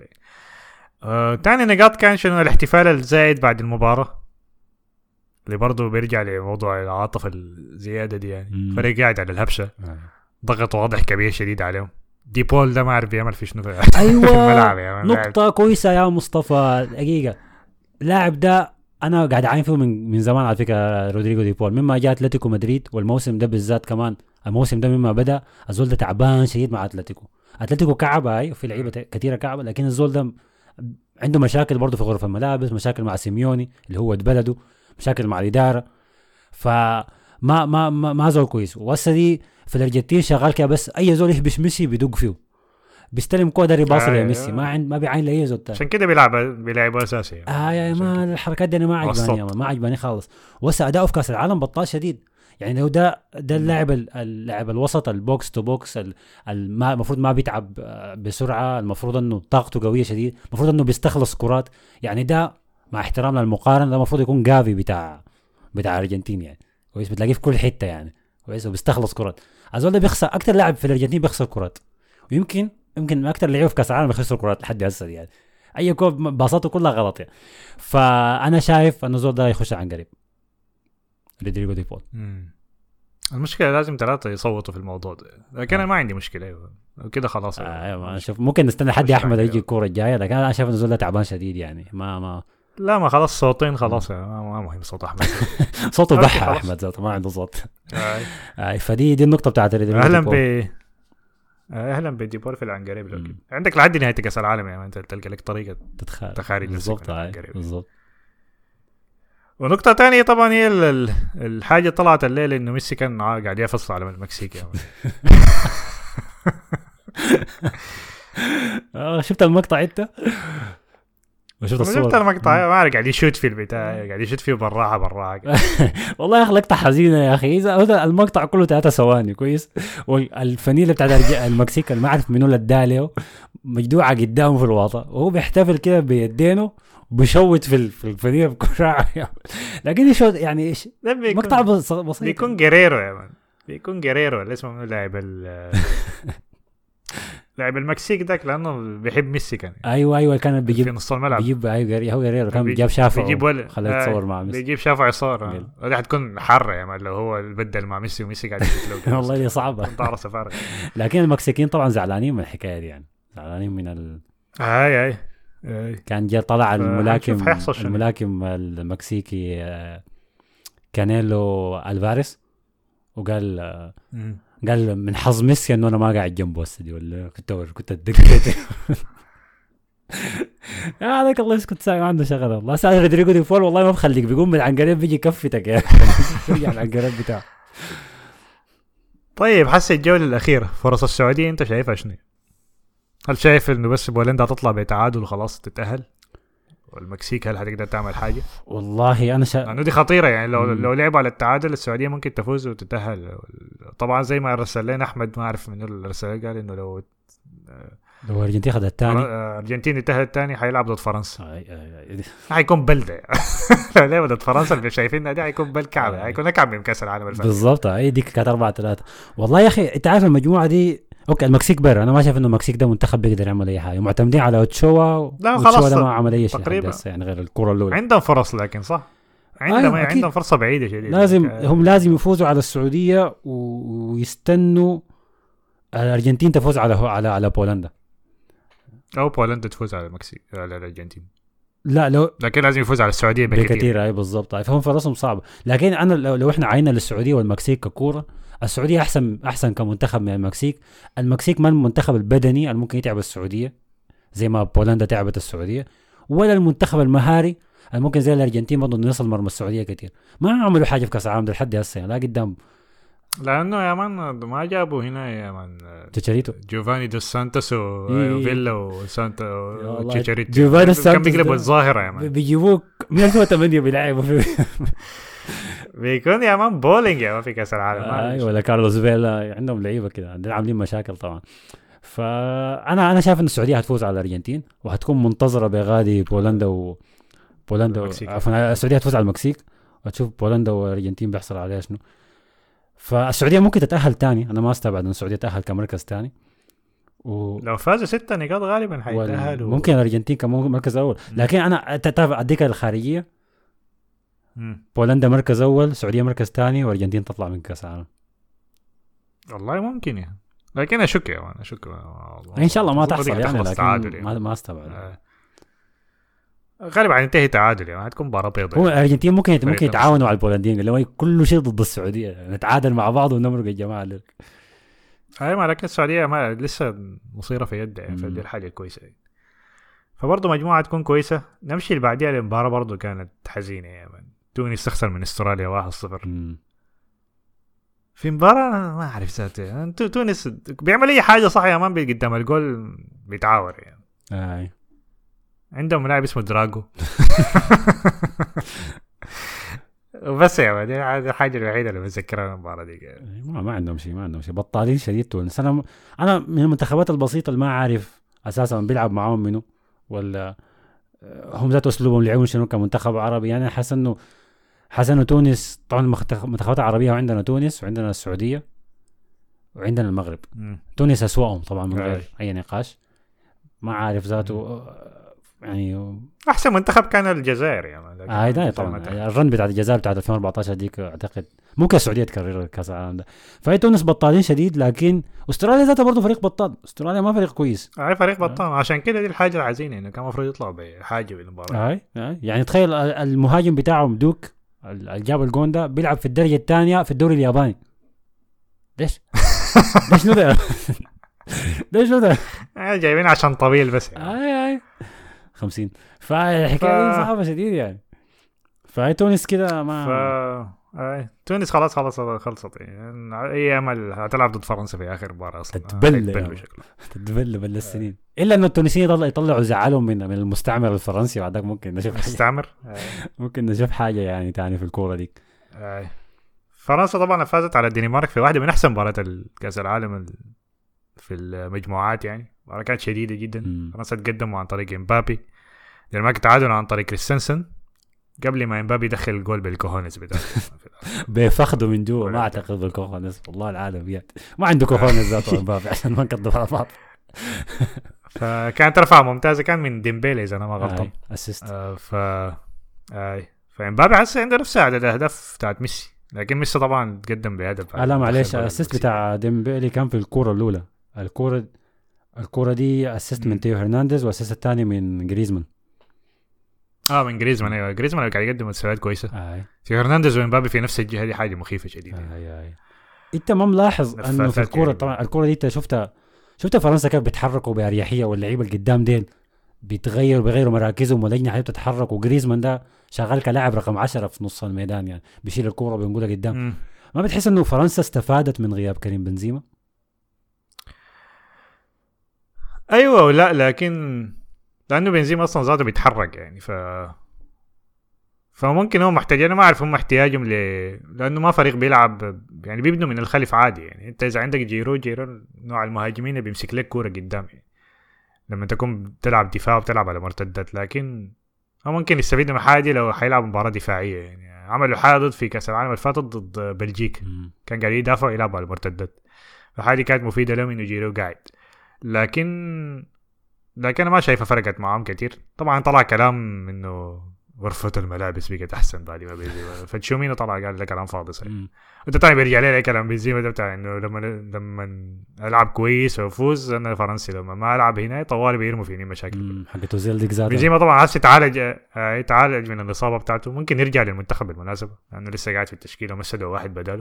تاني نقاط كان شنو الاحتفال الزايد بعد المباراه، اللي برضه بيرجع لموضوع العاطفه الزياده دي يعني. فريق قاعد على الهبشه، ضغط واضح كبير شديد عليهم. دي بول ده ما عارف بيعمل في شنو في ايوه الملعب يعني. نقطه كويسه يا مصطفى دقيقه. اللاعب ده انا قاعد عاين فيه من زمان على فكره، رودريغو دي بول مما جاء اتلتيكو مدريد، والموسم ده بالذات كمان الموسم ده مما بدا الزول ده تعبان شديد مع اتلتيكو كعب هاي وفي لعيبه كثيره كعبه، لكن الزول ده عنده مشاكل برضه في غرفه الملابس، مشاكل مع سيميوني اللي هو بلده، مشاكل مع الاداره. فما ما ما ما زول كويس. وهسه دي في الارجنتين شغال كده، بس اي زول يحبش ميسي بيدق فيه، بيستلم كوده يباصي لميسي، ما بيعين لاي زول تاني. عشان كده بيلعب اساسي يعني. ما الحركات دي انا ما عجباني ما عجباني خالص. وهسه اداؤه في كاس العالم بطال شديد يعني. لو ده اللاعب الوسط البوكس تو بوكس المفروض ما بيتعب بسرعه، المفروض انه طاقته قويه شديد، المفروض انه بيستخلص كرات يعني. ده مع احترامنا المقارنه ده المفروض يكون جافي بتاع الارجنتين يعني. كويس بتلاقيه في كل حته يعني. كويس وبيستخلص كرات. الزول ده بيخسر اكتر لاعب في الارجنتين بيخسر كرات، ويمكن اكتر لعيبه في كاس العالم بيخسر كرات لحد هسه يعني. اي كوب باصاته كلها غلط يعني. فانا شايف انه الزول ده يخش عن قريب رودريغو دي بول. المشكله لازم ثلاثه يصوتوا في الموضوع ده، لكن انا ما عندي مشكله كده خلاص. انا شوف ممكن نستنى حد احمد يجي الكوره الجايه، لكن انا شايف انه الزول ده تعبان شديد يعني. ما خلاص صوتين خلاص ما مهم صوت احمد. صوته بحر احمد ذاته ما عنده صوت. فدي النقطه بتاعت اهلا بدي بول في العنقريب. عندك لحد نهايه كاس العالم يعني، انت تلقى لك طريقه تخارج بالضبط. ونقطه تانية طبعا هي الحاجه طلعت الليله انه ميسي كان قاعد يفصل على المكسيك يعني. شفت المقطع انت؟ شفت المقطع ما عارف قاعد يشوت في البتاع، قاعد يشوت فيه بالراحه والله يا اخي لقطه حزينه يا اخي. هذا المقطع كله 3 ثواني كويس، والفنيله بتاعت المكسيك اللي ما اعرف منو اللي اداله مجدوعه قدامه في الواطه، وهو بيحتفل كده بيدينه بيشوت في الفنيله بكراعه. لكن يشوت يعني مقطع بسيط. بيكون جيريرو يا مان، بيكون جيريرو اللي اسمه لاعب المكسيك ذاك، لانه بيحب ميسي كان. ايوه كان بيجيب في نص الملعب، بيجيب هو غيره كان جاب شافع خلاه يتصور مع ميسي، بيجيب شافع يصور. ودي حتكون حره يا مان لو هو بدل مع ميسي وميسي قاعد يشوت. والله دي صعبه. لكن المكسيكيين طبعا زعلانين من الحكايه دي يعني، زعلانين من كان جاء طلع الملاكم المكسيكي كانيلو ألفاريس وقال قال من حظ ميسي انه انا ما قاعد جنبه هسه دي، ولا كنت اتدقيت. هذاك الله يسكت ساعه عنده شغله. والله ساعه رودريغو دي بول والله ما بخليك، بيقوم من العنقريب بيجي يكفتك يا يرجع العنقريب بتاعه. طيب حس الجوله الاخيره فرص السعوديه انت شايفها شنو؟ هل شايف انه بس بولندا تطلع بتعادل وخلاص تتاهل؟ والمكسيك هل هتقدر تعمل حاجه؟ والله انا لانه دي خطيره يعني. لو لعبوا على التعادل السعوديه ممكن تفوز وتتاهل. طبعا زي ما رسل لنا احمد، ما اعرف من الرساله، قال انه لو الارجنتين خدت الثاني، الارجنتين انتهى الثاني حيلعب ضد فرنسا. حيكون بلده لو لعب ضد فرنسا اللي شايفينها دي حيكون بالكعبه، حيكون اكعب من كاس العالم بالضبط. دي كانت 4-3. والله يا اخي انت عارف المجموعه دي اوكي المكسيك برا، انا ما شايف انه المكسيك ده منتخب بيقدر يعمل اي حاجه، معتمدين على اوتشوا. لا خلاص ما عمل اي شيء يعني غير الكره الاولى. عندهم فرص لكن صح عندهم فرصه بعيده شديد. هم لازم يفوزوا على السعوديه ويستنوا الارجنتين تفوز على بولندا، او بولندا تفوز على المكسيك على الارجنتين. لكن لازم يفوز على السعوديه بكثير. اي بالضبط. فهم فرصهم صعبه. لكن انا لو احنا عينا للسعوديه والمكسيك ككوره، السعوديه احسن كمنتخب من المكسيك ما المنتخب البدني اللي ممكن يتعب السعوديه زي ما بولندا تعبت السعوديه، ولا المنتخب المهاري اللي ممكن زي الارجنتين برضه يوصل مرمى السعوديه كثير. ما عملوا حاجه في كاس العالم لحد هسه لا قدام، لانه يا مان ما جابوا هنا يا مان تشاريتو جوفاني دوس سانتوس وفيلا وسانتا وتشاريتو جوفاني كان بيقلبوا الظاهره يا مان، بيجيبوك 108 بيلعبوا فيه. بيكون يا مان بولينج يا مان في كاس العالم. ايوه ولا كارلوس فيلا، عندهم لعيبه كده عندنا عاملين مشاكل طبعا. فانا شايف ان السعوديه هتفوز على الارجنتين، وهتكون منتظره بغادي بولندا المكسيك. عفوا السعوديه هتفوز على المكسيك، وتشوف بولندا والارجنتين بيحصل عليها شنو. فالسعوديه ممكن تتاهل تاني، انا ما استبعد ان السعوديه تتاهل كمركز تاني لو فازوا 6 نقاط غالبا حيتأهلوا. ممكن الارجنتين كمان مركز اول. لكن انا تعرف اديك الخارجيه، بولندا مركز اول، السعوديه مركز تاني، والارجنتين تطلع من كاس العالم. والله ممكن يعني، لكن اشك يا مان ان شاء الله ما تحصل يعني، لكن تعادل ما استبعد. غالبا حينتهي تعادل يعني، هتكون مباراة بيضاء. هو الارجنتين ممكن يتعاونوا على البولنديين اللي هو كل شيء ضد السعوديه، يعني نتعادل مع بعض ونمرق يا جماعه لك. هاي ما لكن السعوديه ما لسه مصيره في يدها يعني، فدي الحاجه كويسه يعني. فبرضه مجموعه تكون كويسه. نمشي اللي بعديها، المباراه برضه كانت حزينه يعني، تونس تخسر من استراليا 1-0 في مباراه ما اعرف ذاتها. تونس بيعمل اي حاجه صح يا مان، قدام الجول بيتعاور يعني. عندهم لاعب اسمه دراجو وبس يا مان، دي الحاجه الوحيده اللي بتذكرها من المباراه دي يعني. ما عندهم شيء بطالين شديد تونس. انا من المنتخبات البسيطه اللي ما عارف اساسا بيلعب معاهم منه، ولا هم ذات اسلوبهم اللي يلعبون شنو كمنتخب عربي يعني. حاسس انه تونس طبعا منتخبات عربيه، وعندنا تونس وعندنا السعوديه وعندنا المغرب. تونس اسوأهم طبعا من غير اي نقاش. ما عارف ذاته يعني. احسن منتخب كان الجزائر يعني. ده طبعا الرن بتاع الجزائر بتاعت 2014 ديك اعتقد ممكن السعوديه تكرر كاس العالم ده. فهي تونس بطالين شديد، لكن استراليا ذاتها برضه فريق بطال. استراليا ما فريق كويس، فريق بطال. عشان كده دي الحاجه الحزينه انه كان المفروض يطلع بحاجه بالمباراه. يعني تخيل المهاجم بتاعهم دوك اللي جاب الجون ده بيلعب في الدرجه الثانيه في الدوري الياباني. ليش شنو ده؟ ليش شنو ده؟ جايبين عشان طويل بس يعني. 50. فالحكايه صعبه شديد يعني. فهي تونس كده ما تونس خلصت يعني. اي امل هتلعب ضد فرنسا في اخر مباراه اصلا. تتبل السنين. الا انه التونسيين يطلعوا زعلهم من المستعمر الفرنسي، بعدك ممكن نشوف مستعمر ممكن نشوف حاجه يعني تاني في الكوره ديك. فرنسا طبعا فازت على الدنمارك في واحده من احسن مباريات الكاس العالم في المجموعات يعني. مباراه كانت شديده جدا. فرنسا تقدموا عن طريق امبابي، الدنمارك تعادلوا عن طريق كريستنسن قبل ما امبابي يدخل الجول بالكوهونس بتاعه. بيفخده من جوا. ما اعتقد بالكوهونس والله العالم ما عنده كوهونس ذاته امبابي عشان ما نكذب على بعض. فكانت رفعه ممتازه، كان من ديمبيلي اذا انا ما غلطان اسيست. فامبابي حاسس عنده نفس عدد الاهداف بتاعت ميسي، لكن ميسي طبعا تقدم بهدف. لا معلش، الاسيست بتاع ديمبيلي كان في الكوره الاولى. الكوره دي اسيست من تيو هرنانديز، والاسيست الثاني من جريزمان. من جريزمان. ايوه جريزمان قاعد يقدم مستويات كويسه. في هرنانديز ومبابي في نفس الجهه، دي حاجه مخيفه شديده. انت ما ملاحظ انه في الكوره طبعا الكوره دي انت شفتها فرنسا كيف بيتحركوا باريحيه، واللعيبه اللي قدام ديل بيغيروا مراكزهم، والاجنحه بتتحرك، وجريزمان ده شغال كلاعب رقم 10 في نص الميدان يعني، بيشيل الكوره وبينقلها قدام. ما بتحس انه فرنسا استفادت من غياب كريم بنزيما؟ ايوه ولا، لكن لانه بنزيما اصلا ذاته بيتحرك يعني، فممكن هم محتاجين. ما اعرف هم احتياجهم لانه ما فريق بيلعب يعني، بيبنوا من الخلف عادي يعني. انت اذا عندك جيرو نوع المهاجمين اللي بيمسك لك كوره قدام يعني، لما تكون تلعب دفاع وبتلعب على مرتدات. لكن هم ممكن يستفيدوا من حاجه لو حيلعب مباراه دفاعيه يعني. عملوا حاجه في كاس العالم اللي فاتت ضد بلجيك، كان قاعد يدافع يلعب على المرتدات، فحاجه كانت مفيده لهم انه جيرو قاعد. لكن انا ما شايفه فرقت معهم كتير. طبعا طلع كلام انه غرفة الملابس بقت احسن بعد ما بنزيما، فتشومينو طلع قال لك كلام فاضي صحيح. وانت تاني بيرجع لي كلام بنزيما ده بتاع انه لما العب كويس وافوز انا فرنسي، لما ما العب هنا طوالي بيرموا فيني مشاكل. حقته زي ديك ذاته. بنزيما طبعا عايز يتعالج من الاصابه بتاعته، ممكن يرجع للمنتخب بالمناسبه لانه لسه قاعد في التشكيله ومسدوا واحد بداله.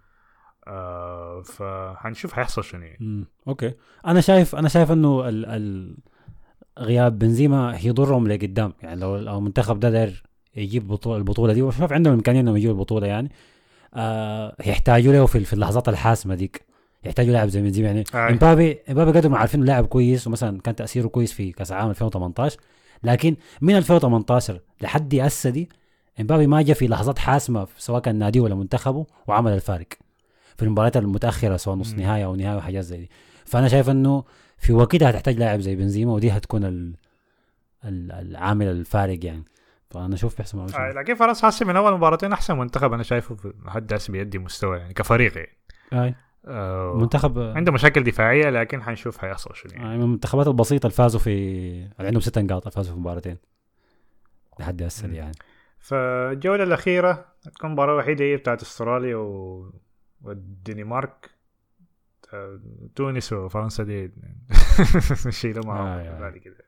فهنشوف هيحصل شنو يعني. اوكي، انا شايف انه غياب بنزيما هيضرهم لقدام يعني. لو المنتخب ده داير يجيب البطوله دي، وشوف عندهم امكانيه انهم يجيبوا البطوله يعني، يحتاجوا له في اللحظات الحاسمه ديك، يحتاجوا لاعب زي بنزيما يعني. امبابي قدروا عارفين لاعب كويس، ومثلا كان تاثيره كويس في كاس العالم 2018، لكن من 2018 لحد هسه دي امبابي ما جاء في لحظات حاسمه سواء كان ناديه ولا منتخبه وعمل الفارق في المباريات المتاخره سواء نص نهائي او نهائي وحاجات زي دي. فانا شايف انه في وقتها هتحتاج لاعب زي بنزيما ودي هتكون العامل الفارق يعني. فانا اشوف بيحسن لكن فرنسا حاسس من اول مباراتين احسن منتخب انا شايفه لحد هسه بيدي مستوى يعني كفريق يعني. منتخب عنده مشاكل دفاعيه لكن حنشوف حيحصل شنو يعني. من المنتخبات البسيطه اللي فازوا في عندهم 6 نقاط فازوا في مباراتين لحد هسه يعني. فالجوله الاخيره تكون مباراه وحيده هي بتاعت استراليا والدنمارك. تونس وفرنسا دي نشيلهم معهم بعد كده.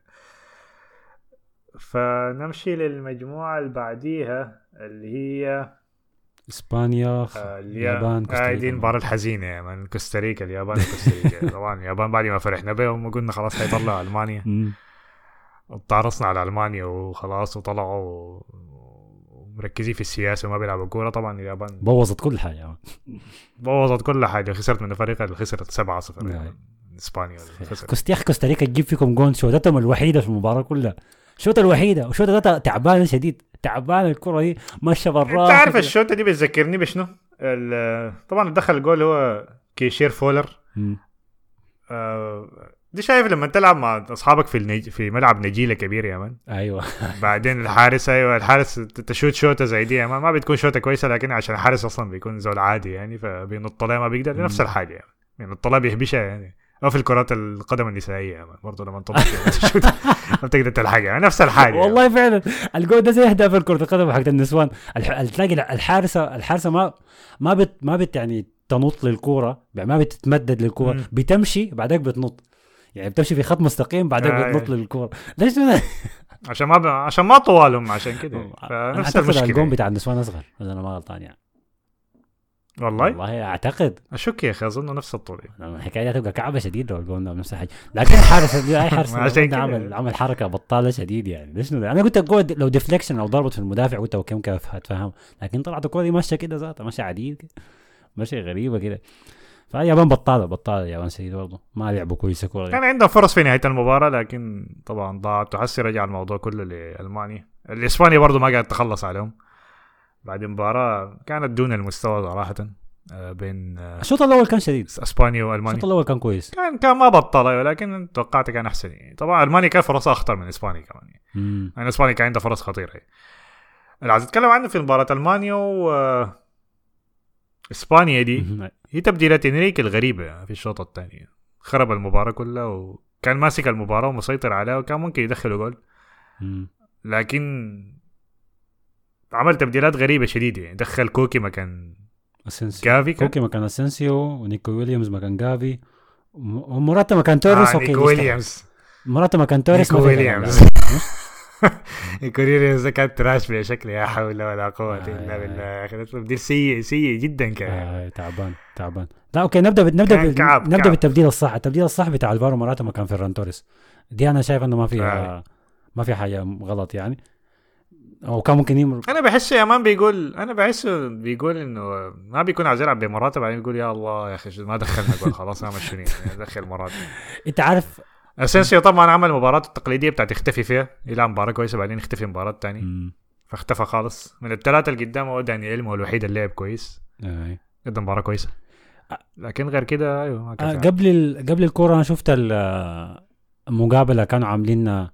فنمشي للمجموعه اللي بعديها اللي هي اسبانيا اليابان كوستاريكا. دي المباراه الحزينه يعني من كوستاريكا اليابان كوستاريكا. طبعا اليابان بعد ما فرحنا بهم وقلنا خلاص حيطلع المانيا وتعرصنا على المانيا وخلاص وطلعوا ومركزين في السياسه وما بيلعبوا كوره. طبعا اليابان بوظت كل حاجه خسرت من الفريق اللي خسرت 7-0 اسبانيا. كوستاريكا تجيب فيكم جون شوتتهم الوحيده في المباراه كلها الشوطه الوحيده وشوطه تعبانه شديد تعبانه الكره دي ماشيه بالراحه. تعرف الشوطه دي بتذكرني بشنو؟ طبعا دخل الجول هو كيشير فولر. دي شايف لما تلعب مع اصحابك في ملعب نجيله كبير يا مان. ايوه بعدين الحارس تشوت شوطه زي دي يا مان ما بتكون شوطه كويسه لكن عشان الحارس اصلا بيكون زول عادي يعني فبينط طلع ما بيقدر. نفس الحاجه يعني الطلع بيهبشها يعني. او في الكرات القدم النسائيه يعني برضه لما تطلع ما بتقدر تلحقها يعني نفس الحاجه. والله فعلا الجول ده زي اهداف الكره القدم حق النسوان. تلاقي الحارسه ما بت يعني تنط للكوره ما بتتمدد للكوره بتمشي بعدك بتنط يعني بتمشي في خط مستقيم بعدك بتنط للكوره. ليش عشان ما طوالهم عشان كده. نفس المشكله الجون بتاع النسوان اصغر اذا انا ما غلطان يعني. والله اعتقد اشك يا اخي اظن نفس الطول. الحكايه تبقى كعبه شديد لو الجون ده نفس الحاجه لكن الحارس اي حارس عمل حركه بطاله شديد يعني. ليش انا قلت الجول لو ديفليكشن او ضربت في المدافع قلت اوكي ممكن اتفهم لكن طلعت الكره دي ماشيه كده ذاتها ماشيه عديد كده ماشيه غريبه كده. فاليابان بطاله اليابان شديد برضه ما لعبوا كويس كوره. كان عندهم فرص في نهايه المباراه لكن طبعا ضاعت وحسي رجع الموضوع كله لالمانيا. الاسبانيا برضه ما قاعد تخلص عليهم بعد مباراه كانت دون المستوى صراحه. بين الشوط الاول كان شديد اسبانيا والمانيا. الشوط الاول كان كويس كان ما بطل ولكن توقعت كان احسن يعني. طبعا المانيا كان فرصها اخطر من اسبانيا كمان يعني اسبانيا كان عندها فرص خطيره يعني. اللي عايز اتكلم عنه في مباراه المانيا اسبانيا دي هي تبديلات انريكي الغريبه في الشوط الثاني. خرب المباراه كلها وكان ماسك المباراه ومسيطر عليها وكان ممكن يدخل جول لكن عمل تبديلات غريبه شديده يعني. دخل كوكي مكان جافي كوكي مكان اسينسيو ونيكو ويليامز مكان جافي ومراتا مكان توريس. نيكو ويليامز مراتا مكان توريس نيكو ويليامز كانت تراش بشكل لا حول ولا قوة إلا بالله يا أخي. تبديل سيء جدا كان. تعبان. لا أوكي نبدأ بالتبديل الصح. التبديل الصح بتاع الفارو مراتا مكان فيران توريس دي أنا شايف إنه ما في حاجة غلط يعني. أو كان ممكن يمر. أنا بحس يا مان بيقول إنه ما بيكون عايز يلعب بمراتا بعدين يقول يا الله يا أخي ما دخلنا جول خلاص أنا مشوني يعني دخل مراتا. أنت عارف اسينسيو طبعا عمل المباراة التقليدية بتاعت يختفي فيها يلعب مباراة كويسة بعدين يختفي مباراة تاني فاختفى خالص. من الثلاثة اللي قدامه هو دانيال هو الوحيد اللي لعب كويس قدم مباراة كويسة لكن غير كده ايوه قبل الكورة انا شفت المقابلة كانوا عاملين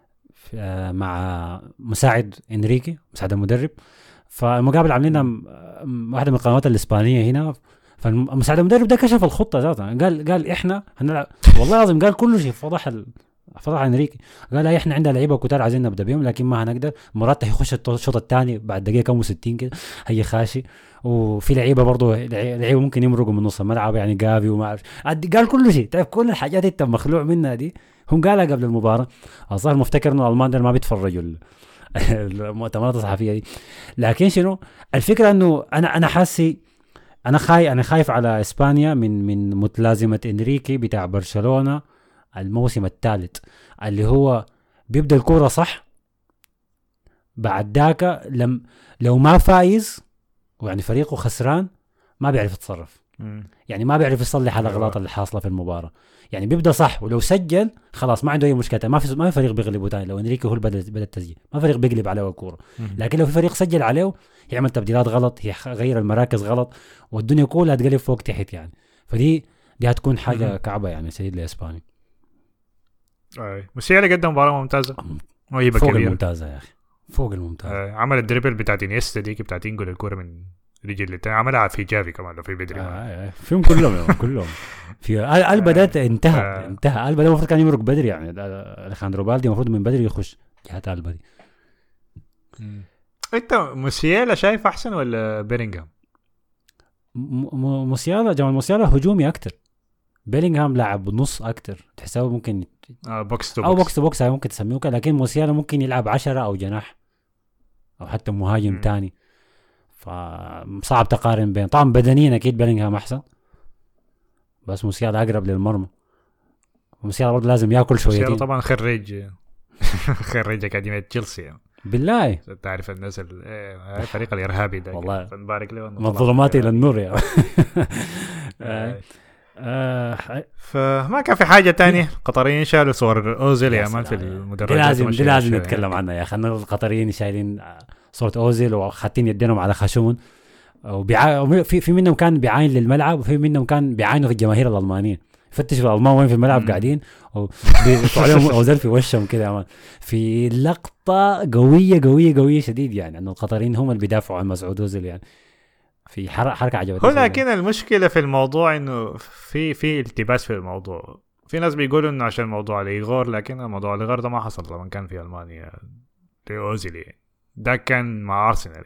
مع مساعد انريكي مساعد المدرب. فالمقابلة عاملينها واحدة من القنوات الإسبانية هنا. فالمساعد المدرب ده كشف الخطة ذاتها قال احنا هنلعب والله لازم قال كل شيء فضح انريكي. قال احنا عندنا لعيبه كتار عايزين نبدا بيهم لكن ما هنقدر. مرات هيخش الشوط الثاني بعد دقيقه كم 60 كده هي خاشي وفي لعيبه برضه لعيبه ممكن يمرقوا من نص الملعب يعني جافي وما اعرف. قال كل شيء. تعرف كل الحاجات انت مخلوع منها دي هم قالها قبل المباراه. الظاهر مفتكر انه الالمان ما بيتفرجوا المؤتمرات الصحفيه دي. لكن شنو الفكره انه انا حاسي انا خايف على اسبانيا من متلازمه انريكي بتاع برشلونه الموسم الثالث اللي هو بيبدا الكوره صح بعد ذاك لو ما فايز ويعني فريقه خسران ما بيعرف يتصرف. يعني ما بيعرف يصلح الاغلاط اللي حاصله في المباراه. يعني بيبدا صح ولو سجل خلاص ما عنده اي مشكله، ما في فريق بيغلبه ثاني. لو انريكي هو بدا التسجيل ما فريق بيقلب عليه الكوره. لكن لو في فريق سجل عليه يعمل تبديلات غلط، يغير المراكز غلط، والدنيا كلها تقلب فوق تحت يعني. فدي هتكون حاجه كعبه يعني سيد لاسبانيا. موسيالا قدم مباراه ممتازه وهي فوق الممتازه يا اخي، فوق الممتازه. عمل الدريبل بتاعت انيستا ديك بتاعت ينقل الكوره من رجل الثاني، عملها في جافي كمان لو في بدري. فيهم كلهم في البدات انتهى البدا المفروض كان يمرق بدري يعني. الخاندرو بالدي المفروض من بدري يخش جهات البدي. انت موسيالا شايف احسن ولا بيلينغهام؟ موسيالا جمال موسيالا هجومي اكتر. بيلينغهام لاعب نص اكتر، تحسه ممكن بوكس تو او بوكس تو بوكس ممكن تسميه كده. لكن موسيالا ممكن يلعب 10 او جناح او حتى مهاجم تاني. فصعب تقارن بين. طبعا بدنيا اكيد بيلينغهام احسن، بس موسيالا اقرب للمرمى. موسيالا برضه لازم ياكل شويتين. موسيالا طبعا خريج اكاديميه تشيلسي بالله. تعرف الناس الفريق الارهابي ده والله فنبارك له من الظلمات الى النور يا فما كان في حاجه تانية. القطريين شالوا صور اوزيل يا مان في المدرجات. دي لازم نتكلم عنها يا اخي. القطريين شايلين صورة اوزيل وخاتين يدينهم على خشون، في منهم كان بيعاين للملعب وفي منهم كان بيعاينوا في الجماهير الالمانيه. فتشوا الالمان وين في الملعب قاعدين وبيرفعوا عليهم اوزيل في وشهم كده يا مان. في لقطه قويه شديد يعني، انه القطريين هم اللي بيدافعوا عن مسعود اوزيل يعني. في حركه عجبتني. لكن المشكله في الموضوع انه في التباس في الموضوع. في ناس بيقولوا انه عشان موضوع الايغور، لكن الموضوع الايغور ده ما حصل طبعا. كان في المانيا اوزيل ده كان مع ارسنال.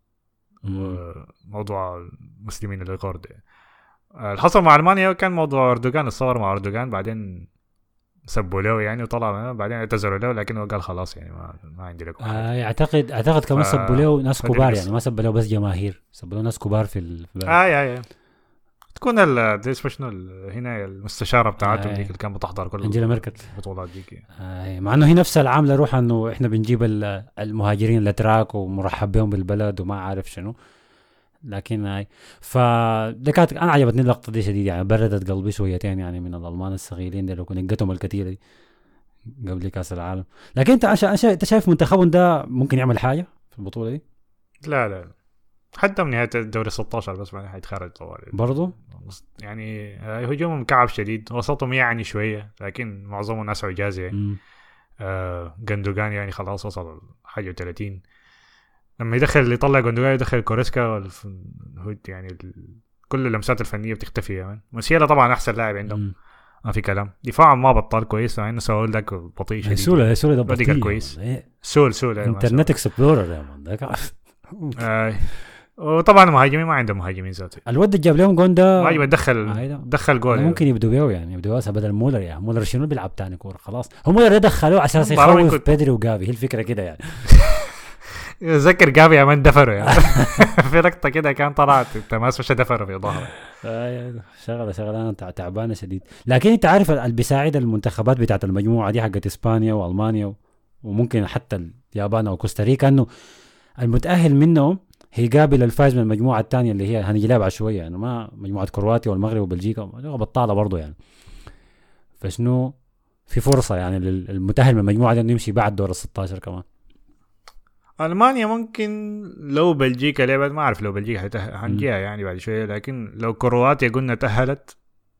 موضوع المسلمين الايغور ده الحصل مع المانيا كان موضوع اردوغان. الصور مع اردوغان بعدين سبوا له يعني وطلع منه، بعدين اعتذروا له لكنه قال خلاص يعني ما عندي لكم. اعتقد كمان سبوا له ناس كبار يعني، ما سبوا له بس جماهير، سبوا له ناس كبار في البلد. تكون شنو هنا المستشاره بتاعته ديك اللي كان بتحضر كل انجيلا ميركل البطولات ديك. مع انه هي نفس العامله روح انه احنا بنجيب المهاجرين الاتراك ومرحب بهم بالبلد وما عارف شنو. لكن هاي كانت انا عجبتني اللقطه دي شديد يعني، بردت قلبي شويتين يعني من الالمان الصغيرين دي لو كنا نقتهم الكثيره دي قبل كاس العالم. لكن انت شايف منتخبهم ده ممكن يعمل حاجه في البطوله دي؟ لا حتى من نهايه الدوري 16 بس بعدين حيتخرج طوالي برضه يعني. هجومهم مكعب شديد، وسطهم يعني شويه لكن معظمهم ناس عجاز يعني. جندوغان يعني خلاص وصل حاجه 30. لما يدخل يطلع جندوغان يدخل كوريسكا يعني كل اللمسات الفنيه بتختفي يعني. موسيالا طبعا احسن لاعب عندهم ما في كلام. دفاعهم ما بطل كويس يعني. سؤال ده بطيء شديد. سولة ده بطيء كويس. سول انترنت اكسبلورر يا مان ده. وطبعا مهاجمين ما عندهم مهاجمين ذاتي. الود جاب لهم جون ده ما دخل جول. ممكن يبدوا يعني بدل مولر يعني. مولر شنو بيلعب تاني كوره خلاص. هم مولر دخلوه على اساس يخوف بيدري وجافي. هي الفكره كده يعني. ذكر جافي يا من دفره يعني. في لقطه كده كان طلعت تماس وش دفره في ظهره. شغله انا تعبانه شديد. لكن انت عارف اللي بيساعد المنتخبات بتاعت المجموعه دي حقت اسبانيا والمانيا وممكن حتى اليابان او كوستاريكا انه المتاهل منهم هيقابل الفائز من المجموعه الثانيه اللي هي هنجي شويه يعني. ما مجموعه كرواتيا والمغرب وبلجيكا بطاله برضه يعني. فشنو في فرصه يعني للمتاهل من المجموعه دي انه يمشي بعد دور ال16 كمان. ألمانيا ممكن لو بلجيكا لعبت، ما أعرف لو بلجيكا هنجيها يعني بعد شوية. لكن لو كرواتيا قلنا تأهلت،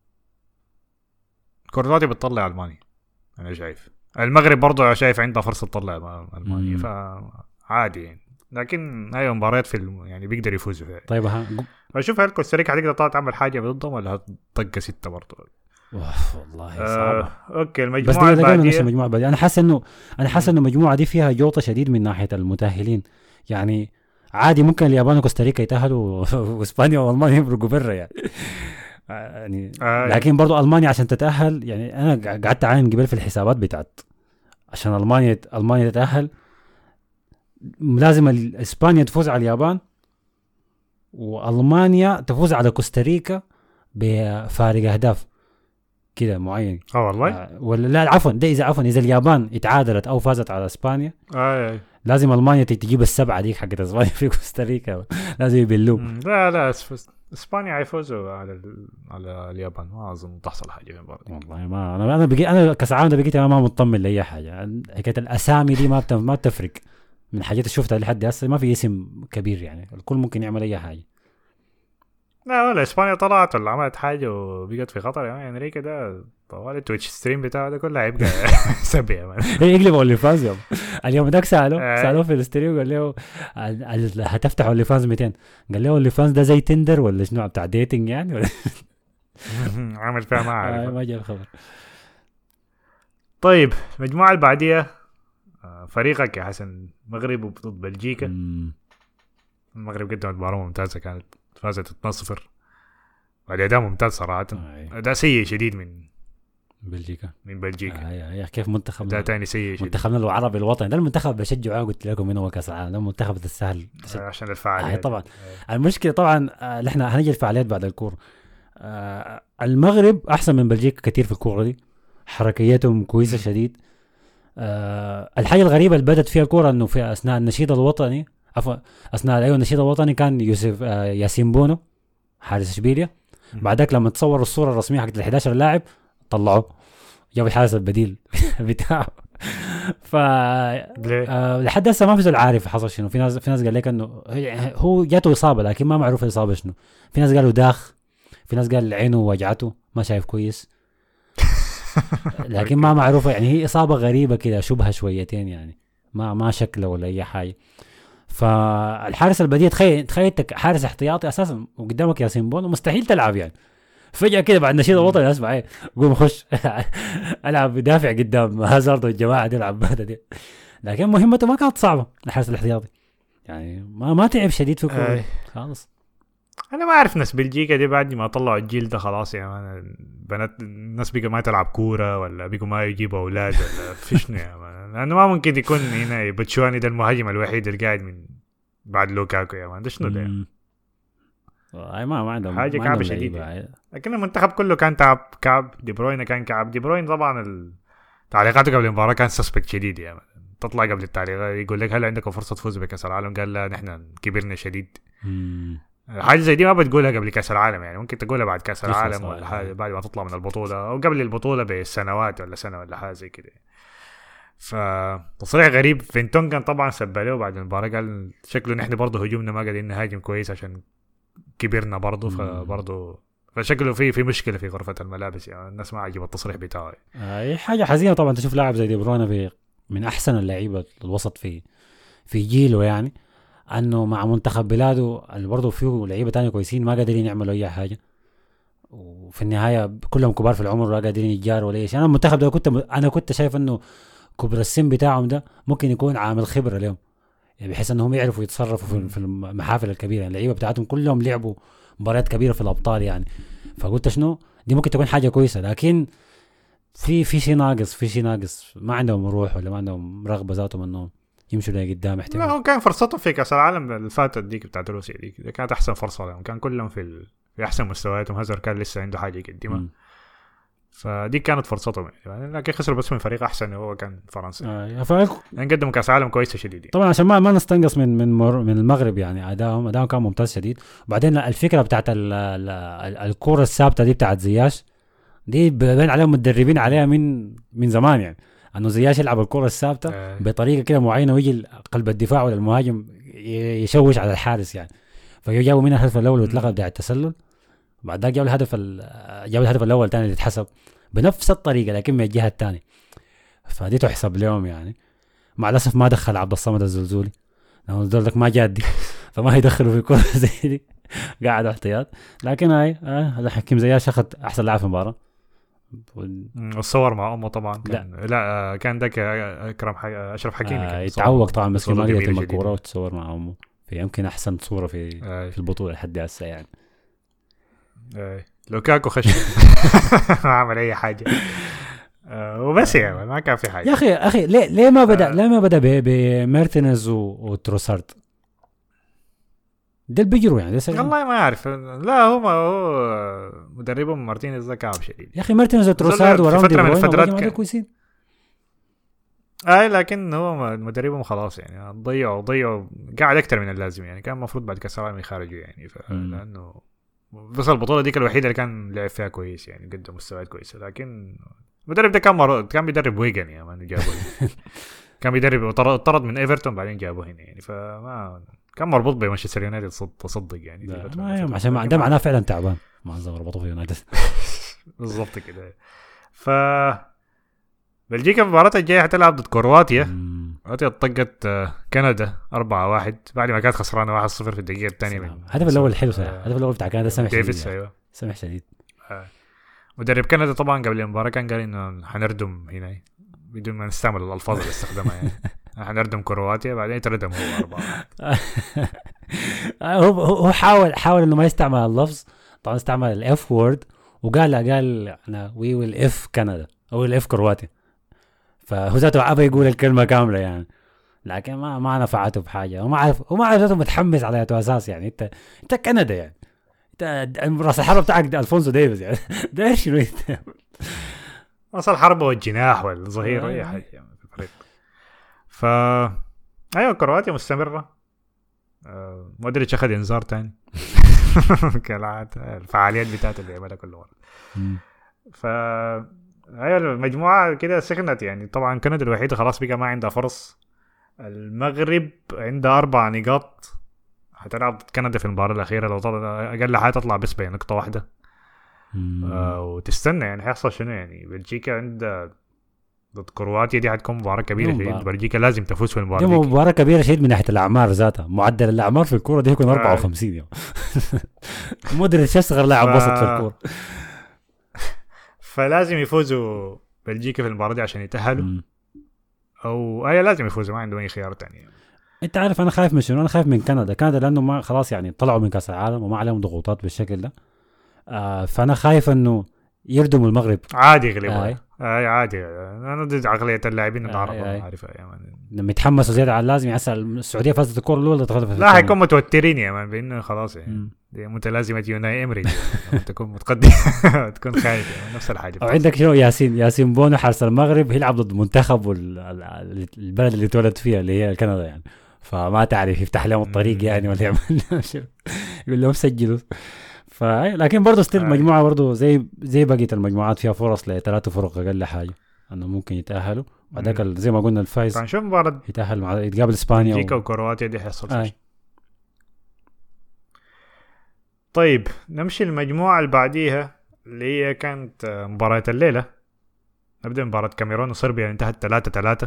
كرواتيا بتطلع ألمانيا. أنا شايف المغرب برضو شايف عندها فرصة تطلع ألمانيا فعادي يعني. لكن هاي مباريات يعني بيقدر يفوزوا فيها. طيب أشوف هل كوستاريكا هتقدر تعمل حاجة ضدهم ولا هتطق 6 برضو. والله صعبة. اوكي المجموعه البعديه انا حاسس انه المجموعه دي فيها جوطه شديد من ناحيه المتاهلين يعني. عادي ممكن اليابان وكوستاريكا يتاهلوا واسبانيا والمانيا يبرقوا برا يعني لكن برضو المانيا عشان تتاهل يعني. انا قعدت اعاين قبل في الحسابات بتاعت عشان المانيا تتاهل لازم اسبانيا تفوز على اليابان والمانيا تفوز على كوستاريكا بفارق اهداف كده معين. والله ولا لا عفوا ده اذا اليابان اتعادلت او فازت على اسبانيا لازم المانيا تجيب 7 ديك حقت اسبانيا في كوستاريكا. لازم يبلوه. لا اسبانيا هيفوزوا على اليابان، ما اظن تحصل حاجه في المباراه دي. والله ما انا كاس العالم ده بقيت أنا ما مطمن لاي حاجه. حكايه الاسامي دي ما بتفرق من الحاجات اللي شفتها لحد هسه. ما في اسم كبير يعني، الكل ممكن يعمل اي حاجه. لا ولا اسبانيا طلعت ولا عملت حاجه وبقت في خطر يعني. انريكا ده طوال التويتش ستريم بتاعه ده كله هيبقى سبي يا مان. يقلب اونلي فانز يوم. اليوم ذاك سالوه في الاستريم قال له هتفتح اونلي فانز 200. قال له اونلي فانز ده زي تندر ولا شنو بتاع ديتنج يعني ولا عامل فيها ما عارف. ما جاء الخبر. طيب المجموعه اللي بعديها فريقك يا حسن مغرب ضد بلجيكا. المغرب قدمت مباراه ممتازه، كانت فازت 2-0 بعد اداء ممتاز صراحه. اداء سيء شديد من بلجيكا. يا كيف منتخب ده تاني سيء شديد. منتخبنا العربي الوطني ده المنتخب بشجعه. قلت لكم من هو كاس العالم، ده المنتخب السهل عشان الفعاليات. طبعا المشكله طبعا احنا هنجي الفعاليات بعد الكوره. المغرب احسن من بلجيكا كتير في الكوره دي، حركياتهم كويسه شديد. الحاجه الغريبه اللي بدت فيها الكوره انه في اثناء النشيد الوطني اثناء النشيد الوطني كان يوسف ياسين بونو حارس اشبيليا. بعدك لما تصور الصوره الرسميه حقت ال11 لاعب طلعوه جابوا الحارس البديل بتاعه. ف لحد هسه ما في زول عارف حصل شنو. في ناس قال لك انه هو جاته اصابه لكن ما معروف الاصابه شنو. في ناس قالوا داخ، في ناس قال عينه وجعته ما شايف كويس لكن ما معروفه يعني. هي اصابه غريبه كده شبهه شويتين يعني، ما شكله ولا اي حاجه. فالحارس البديل تخيل حارس احتياطي اساسا وقدامك ياسين بونو مستحيل تلعب يعني. فجأة كده بعد نشيد الوطني اسمع ايه قوم خش العب دافع قدام هازارد والجماعة دي العب بهذا دي. لكن مهمته ما كانت صعبة الحارس الاحتياطي يعني، ما تعب شديد في الكورة خالص. انا ما اعرف ناس بلجيكا دي بعد ما طلعوا الجيل ده خلاص يعني. بنات الناس بقى ما تلعب كورة ولا بقوا ما يجيبوا اولاد ولا فيشنو يعني. لانه ما ممكن يكون هنا بتشواني ده المهاجم الوحيد اللي قاعد من بعد لوكاكو يا مان. ده شنو ده؟ ما عندهم حاجة كعبة شديدة. لكن المنتخب كله كان كعب. دي بروين كان كعب. دي بروين طبعا تعليقاته قبل المباراة كان سسبكت شديد يعني. تطلع قبل التعليقات يقول لك هل عندكم فرصة تفوز بكأس العالم؟ قال لا نحن كبرنا شديد. حاجة زي دي ما بتقولها قبل كأس العالم يعني، ممكن تقولها بعد كأس العالم ولا حاجة بعد ما تطلع من البطولة أو قبل البطولة بسنوات ولا سنة ولا حاجة زي كده. فتصريح غريب. فينتونغان طبعا سبله بعد المباراة قال شكله نحن برضه هجومنا ما قاعدين نهاجم كويس عشان كبرنا برضه. فشكله في مشكله في غرفه الملابس يعني. الناس ما عجب التصريح بتاعه. اي حاجه حزينه طبعا تشوف لاعب زي دي بروين من احسن اللعيبه الوسط في جيله يعني، انه مع منتخب بلاده اللي برضه فيه لعيبه تانية كويسين ما قادرين يعملوا اي حاجه، وفي النهايه كلهم كبار في العمر ولا قادرين يتجاروا ولا شيء. انا المنتخب ده انا كنت شايف انه كبر السن بتاعهم ده ممكن يكون عامل خبره لهم يعني، بحيث انهم يعرفوا يتصرفوا في المحافل الكبيره يعني. اللعيبه بتاعتهم كلهم لعبوا مباريات كبيره في الابطال يعني. فقلت شنو دي ممكن تكون حاجه كويسه، لكن في شيء ناقص. ما عندهم روح ولا ما عندهم رغبه ذاتهم انهم يمشوا لقدام احتمال. لا هو كان فرصتهم في كاس العالم اللي فاتت ديك بتاعت روسيا دي كانت احسن فرصه لهم. كان كلهم في احسن مستوياتهم. هازارد كان لسه عنده حاجه يقدمها. فدي كانت فرصتهم يعني. لكن خسروا بس من فريق احسن وهو كان فرنسا. يعني قدموا كاس عالم كويسه شديد طبعا عشان ما نستنقص من المغرب يعني. ادائهم كان ممتاز شديد. وبعدين الفكره بتاعت الكره الثابته دي بتاعت زياش دي بين عليهم متدربين عليها من زمان يعني، انه زياش يلعب الكره الثابته بطريقه كده معينه ويجي قلب الدفاع ولا المهاجم يشوش على الحارس يعني. فجابوا منها الهدف الاول واتلغى بتاع التسلل. بعد ذاك جابوا الهدف الاول تاني اللي اتحسب بنفس الطريقه لكن من الجهه الثانيه. فدي تحسب لهم يعني. مع الاسف ما دخل عبد الصمد الزلزولي لانه دولك ما جادي فما يدخلوا في كره زي دي قاعد احتياط. لكن هذا حكيم زياش اخذ احسن لاعب في المباراه. والصور مع امه طبعا كان ذاك اكرم اشرف حكيمي يتعوق طبعا بس ما قدر يتم الكوره وتصور مع امه في يمكن احسن صوره في البطوله لحد هسه يعني. لوكاكو خش ما عمل اي حاجه وبس يعني ما كان في حاجه. يا اخي ليه ما بدا بمارتينيز وتروسارد ده بيجروا يعني. والله ما اعرف. لا هو مدربهم مارتينيز ده كعب شديد يا اخي. مارتينيز وتروسارد وراهم دي بروين كويسين لكن هو مدربهم خلاص يعني. ضيعوا قاعد اكتر من اللازم يعني. كان المفروض بعد كاس العالم يخرجوا يعني. لانه بس البطوله ديك الوحيده اللي كان لعب فيها كويس يعني قدم مستويات كويسه. لكن المدرب ده كان بيدرب ويجن يا مان جابه كان بيدرب طرد من ايفرتون بعدين جابه هنا يعني. فما كان مربوط بمانشستر يونايتد تصدق يعني عشان ده معناه فعلا تعبان ما زال ربطه في يونايتد. بالضبط كده. ف بلجيكا المباراة الجاية حتلعب ضد كرواتيا. كرواتيا طقت كندا 4-1 بعد ما كانت خسرانة 1-0 في الدقيقة الثانية. الهدف الأول حلو صراحة. الهدف الأول بتاع كندا سمح ديفيس. أيوة سمح شديد. مدرب كندا طبعا قبل المباراة كان قال إنه حنردم هنا بدون ما نستعمل الألفاظ اللي استخدمها يعني حنردم كرواتيا بعدين تردم هو 4. هو حاول إنه ما يستعمل اللفظ. طبعا استعمل الإف وورد وقال أنا وي ويل إف كندا أو الإف كرواتيا. فهو ذاته عبا يقول الكلمة كاملة يعني. لكن ما نفعته بحاجة وما عارف ذاته متحمس على أساس يعني. أنت كندا يعني. أنت رأس الحرب بتاعك ألفونسو ديفيز يعني. ده شنو أنت؟ رأس الحرب والجناح والظهير أي حاجة يعني في الفريق. أيوة كرواتيا مستمرة. مودريتش أخذ إنذار تاني كالعادة الفعاليات بتاعته اللي يعملها كل مرة. هي المجموعة كده سخنت يعني. طبعا كندا الوحيدة خلاص بقى ما عندها فرص. المغرب عندها 4 نقاط هتلعب كندا في المباراة الأخيرة. لو أقل حاجة تطلع بس بنقطة واحدة. وتستنى يعني هيحصل شنو يعني. بلجيكا عندها ضد كرواتيا دي هتكون مباراة كبيرة شديد. بلجيكا لازم تفوز في المباراة دي مباراة كبيرة شديد من ناحية الأعمار ذاتها. معدل الأعمار في الكورة دي يكون 54 يوم. مودريتش أصغر لاعب وسط في الكورة. فلازم يفوزوا بلجيكا في المباراة دي عشان يتأهلوا. أو لازم يفوزوا ما عندهم أي خيار تاني يعني. أنت عارف أنا خايف من شنو؟ أنا خايف من كندا لأنه ما خلاص يعني طلعوا من كأس العالم وما عليهم ضغوطات بالشكل ده. فأنا خايف إنه يردموا المغرب عادي يغلبوا. عادي. أنا ضد عقلية اللاعبين العرب عارفها يا مان. لما يتحمسوا زيادة على اللازم يعني. السعودية فازت الكرة الأولى لا هيكون متوترين يا مان بإنه خلاص يعني. دي متلازمة يوناي إمري تكون متقدم تكون خايف يعني. نفس الحاجة. وعندك شنو ياسين بونو حارس المغرب يلعب ضد منتخب البلد اللي اتولد فيها اللي هي كندا يعني. فما تعرف يفتح لهم الطريق يعني ولا يعمل يقول لهم سجلوا. لكن برضه ستيل مجموعة برضه زي بقية المجموعات فيها فرص ل3 فرق أقل حاجة أنه ممكن يتأهلوا. وذاك زي ما قلنا الفايز فنشوف مباراة يتأهل يتقابل إسبانيا بلجيكا وكرواتيا دي حيحصل طيب نمشي المجموعة اللي بعديها اللي هي كانت مباراة الليلة. نبدأ مباراة كاميرون وصربيا انتهت 3-3.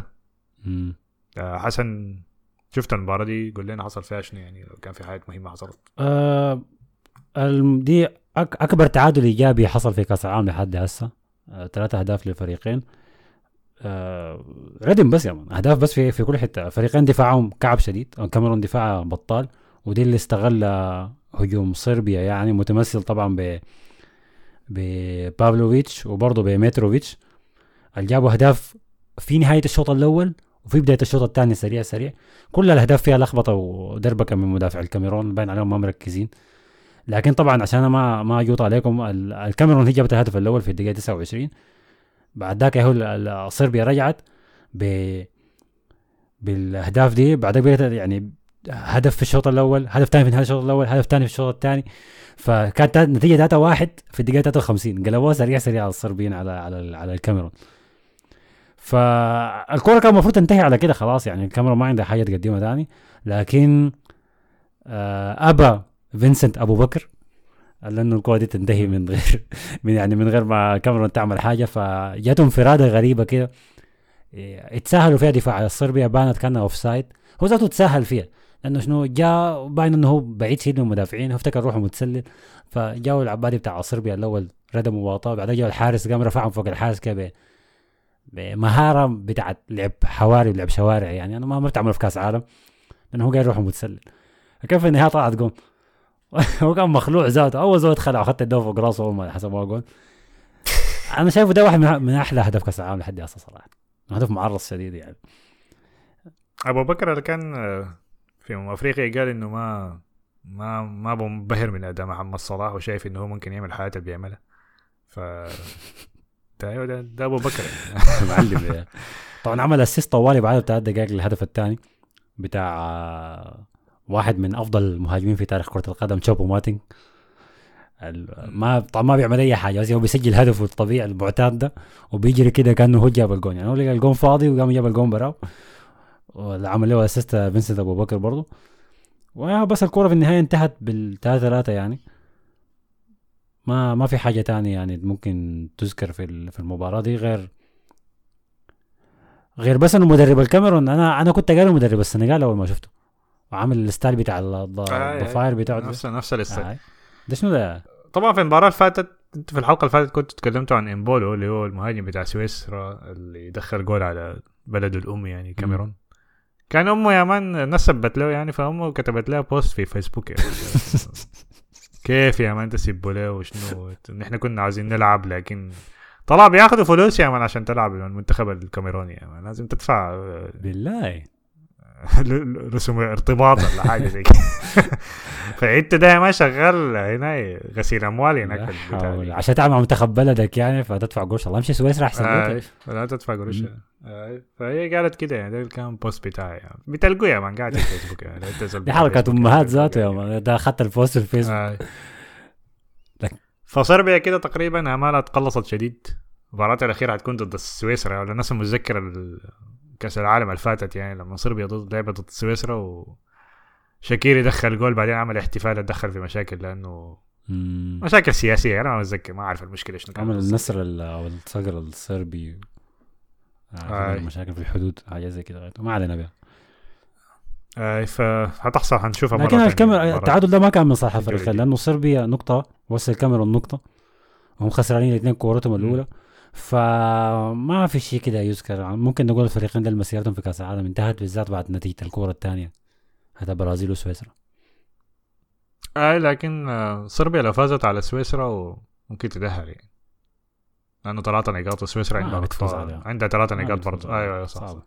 حسن شفت المباراة دي قول لنا حصل فيها شنو يعني لو كان في حاجة مهمة حصلت. دي أكبر تعادل إيجابي حصل في كأس العالم لحد هسه. 3 أهداف للفريقين. ردم بس يعني أهداف بس في كل حتة. فريقين دفاعهم كعب شديد. الكاميرون دفاعها بطال ودي اللي استغل هجوم صربيا يعني متمثل طبعا ببافلوفيتش وبرضه بميتروفيتش اللي جابوا أهداف في نهاية الشوط الأول وفي بداية الشوط الثاني سريع. كل الأهداف فيها لخبطة ودربكة من مدافع الكاميرون باين عليهم ما مركزين. لكن طبعا عشان ما أجوط عليكم الكاميرون هي جابت الهدف الأول في الدقيقة 29. بعد ذاك هو صربيا رجعت بالأهداف دي. بعد ذاك يعني هدف في الشوط الأول هدف ثاني في نهاية الشوط الأول هدف ثاني في الشوط الثاني. فكانت نتيجة 3-1 في الدقيقة 53 قلبوها سريع على الصربيين على الكاميرون. فالكرة كان المفروض تنتهي على كده خلاص يعني. الكاميرون ما عندها حاجة تقدمها ثاني. لكن أبا فينسنت أبو بكر لأنه الكرة دي تنتهي من غير ما الكاميرون تعمل حاجة. فجاتهم انفرادة غريبة كده اتساهلوا فيها دفاع الصربيا بانت كانها اوف سايد. هو ذاته تساهل فيها لانه شنو جاء باين انه هو بعيد شيء من المدافعين. هو افتكر روحه متسلل فجاءوا العبادي بتاع صربيا الاول ردموا واطا. بعدين جاء الحارس قام رفعهم فوق الحارس كده بمهاره بتاعت لعب حواري ولعب شوارع يعني. انا ما عمرت اعمله في كاس عالم لانه هو قاعد روحه متسلل. كيف في النهايه طلعت جون. هو كان مخلوع ذاته اول زول خلع اخذت الدور فوق راسه اول ما حسبوها جون. انا شايفه ده واحد من احلى اهداف كاس العالم لحد هسه صراحه. هدف معرض شديد يعني. ابو بكر اللي كان في افريقيا قال انه ما بنبهر من اداء محمد صلاح وشايف انه هو ممكن يعمل حاجات اللي بيعملها. ف ده ابو بكر معلم يعني. طبعا عمل اسيست طوالي بعد 3 دقائق الهدف الثاني بتاع واحد من افضل المهاجمين في تاريخ كرة القدم تشوبو ماتينج. ما بيعمل اي حاجه، بس هو بيسجل هدفه الطبيعي المعتاد ده وبيجري كده كانه هو جاب الجون. يعني هو لقى الجون فاضي وقام جاب الجون براو، والعمل له اسيست فينسنت ابو بكر برضه. وبس الكوره في النهايه انتهت بال3-3 يعني. ما في حاجه تانية يعني ممكن تذكر في المباراه دي غير بس انه مدرب الكاميرون. انا كنت قال مدرب السنغال اول ما شفته وعامل الستايل بتاع الضفاير بتاعته نفس الستايل. ده شنو ده؟ طبعا في المباراه اللي فاتت، انت في الحلقه اللي فاتت كنت تكلمتوا عن امبولو اللي هو المهاجم بتاع سويسرا اللي دخل جول على بلده الام يعني كاميرون. كان امه يا مان نسبت له يعني، فامه كتبت له بوست في فيسبوك يعني كيف يا مان تسبوا له وشنو، نحن كنا عايزين نلعب لكن طلع بياخذوا فلوس يا مان عشان تلعب المنتخب الكاميروني يا مان، لازم تدفع بالله رسوم ارتباط ولا حاجه زي كده. فانت ده ما شغال هنا غسيل اموال هناك عشان تعمل منتخب بلدك يعني، فتدفع قرش. الله يمشي سويسرا احسن لا تدفع قرش. فهي قالت كده يعني، ده كان بوست بتاعي يعني بتلقوا يا مان قاعد في الفيسبوك يعني. دي حركه امهات ذاته يا مان، ده اخذت البوست في الفيسبوك. فصربيا كده تقريبا امالها تقلصت شديد. المباراة الأخيرة هتكون ضد سويسرا، ولا الناس المتذكرة كأس العالم اللي فاتت يعني لما صربيا لعبت ضد سويسرا وشاكيري دخل جول، بعدين عمل احتفال اتدخل في مشاكل لأنه مشاكل سياسية. أنا ما أتذكر، ما أعرف المشكلة شنو كانت. عمل النصر أو الصقر الصربي مشاكل في الحدود حاجة زي كده، ما علينا بها. فهتحصل هنشوفها مرة. لكن التعادل ده ما كان من صالح الفريقين، لأنه صربيا نقطة وصل الكاميرون نقطة وهم خسرانين الاثنين كورتهم الأولى. فما في شيء كده يذكر. ممكن نقول الفريقين ده مسيرتهم في كأس العالم انتهت بالذات بعد نتيجة الكورة الثانية هذا برازيل وسويسرا. لكن صربيا لو فازت على سويسرا ممكن تدهر يعني، لأنه 3 نقاط وسويسرا عندها 3 نقاط برضه. أيوة صح.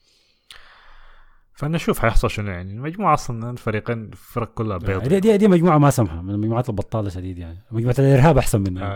فنشوف هيحصل شنو يعني. المجموعة أصلا الفرق كلها بيض. دي مجموعة ما سمحة، من المجموعات البطالة شديد يعني. مجموعة الإرهاب أحسن منها.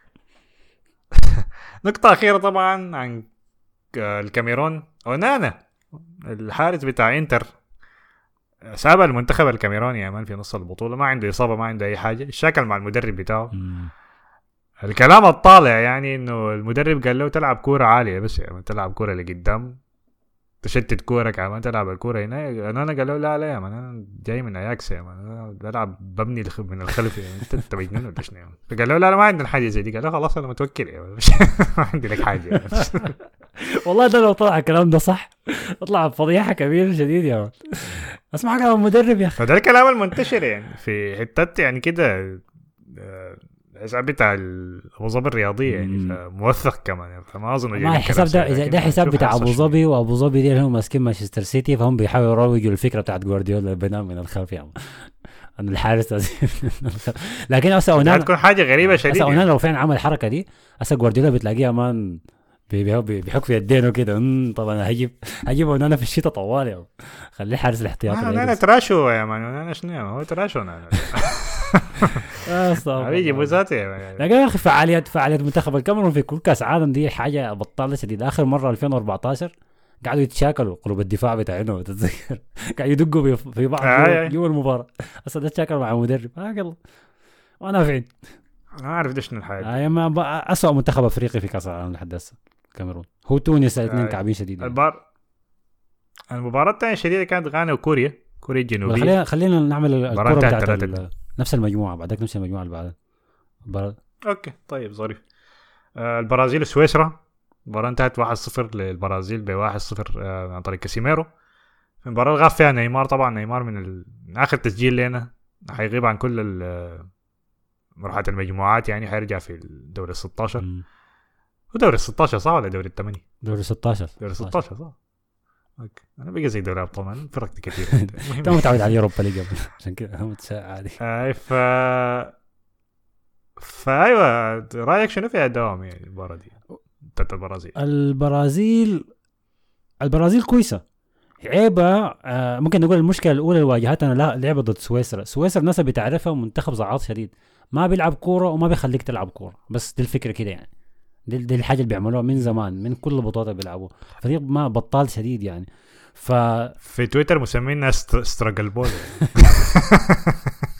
نقطة أخيرة طبعا عن الكاميرون. ونانا الحارس بتاع إنتر ساب المنتخب الكاميروني يا مان في نص البطولة، ما عنده إصابة ما عنده أي حاجة، الشكل مع المدرب بتاعه. الكلام الطالع يعني إنه المدرب قال له تلعب كورة عالية بس يا مان، تلعب كورة لقدام، تشتت كورك يا مان، تلعب الكورة هنا. أنا قال له لا يا مان، أنا جاي من أياكس يا مان، أنا بلعب ببني من الخلف يا مان، أنت مجنون ولا شنو يا مان؟ فقال له لا ما عندنا حاجة زي دي. قال له خلاص أنا متوكل يا مان، ما عندي لك حاجة. والله ده لو طلع الكلام ده صح اطلع فضيحة كبيرة شديد يا مان. اسمع كلام المدرب يا أخي. فده الكلام المنتشر يعني في حتات يعني كده، الحساب بتاع ابو ظبي الرياضيه يعني موثق كمان يعني، فما اظن ما الحساب ده حساب بتاع ابو ظبي، وابو ظبي دي هم ماسكين مانشستر سيتي، فهم بيحاولوا يروجوا الفكره بتاعت جوارديولا بناء من الخلف يعني ان الحارس لكن هسه اونانا تكون حاجه غريبه شديده. اونانا لو فعلا عمل الحركه دي هسه جوارديولا بتلاقيه امان بيحك في يدينه كده. طبعا هجيب اونانا في الشتاء طوال يعني، خليه حارس الاحتياطي. انا تراشو يا مان، انا شنو هو تراشو انا هيجي بوزاتي يعني. لكن يا اخي فعاليه منتخب الكاميرون في كل كاس عالم دي حاجه بطاله شديد. اخر مره 2014 قعدوا يتشاكلوا قلوب الدفاع بتاعهم تتذكر، قاعدوا يدقوا في بعض جوا المباراه. هسه ده تشاكل مع مدرب يلا وانا فين انا عارف ده شنو الحاجه. ما اسوء منتخب افريقي في كاس العالم لحد هسه الكاميرون. هو تونس الاثنين كعبين شديد يعني. المباراه الثانيه الشديده كانت غانا وكوريا الجنوبيه. خلينا نعمل الكره بتاعت نفس المجموعه بعدك، نفس المجموعه اللي بعدها. اوكي طيب ظريف. البرازيل وسويسرا، المباراه انتهت 1-0 للبرازيل ب1-0 عن طريق كاسيميرو. المباراه غاب فيها نيمار. طبعا نيمار من اخر تسجيل لنا حيغيب عن كل مرحله المجموعات يعني، حيرجع في الدوري ال16. ودوري ال16 صح ولا دوري ال8؟ دوري 16 صح. اوكي انا بقى زي دوري ابطال فرق كثير. انت متعود على اوروبا ليج عشان كده عادي. فايوه رايك شنو في الدوام يعني المباراه دي بتاعت البرازيل كويسه. عيبه ممكن نقول المشكله الاولى اللي واجهتنا لعبه ضد سويسرا الناس بتعرفها منتخب زعاط شديد، ما بيلعب كوره وما بيخليك تلعب كوره. بس دي الفكره كده يعني، دي الحاجه اللي بيعملوها من زمان من كل البطولات اللي بيلعبوها. فريق ما بطال شديد يعني. في تويتر مسمينا استراجل بول.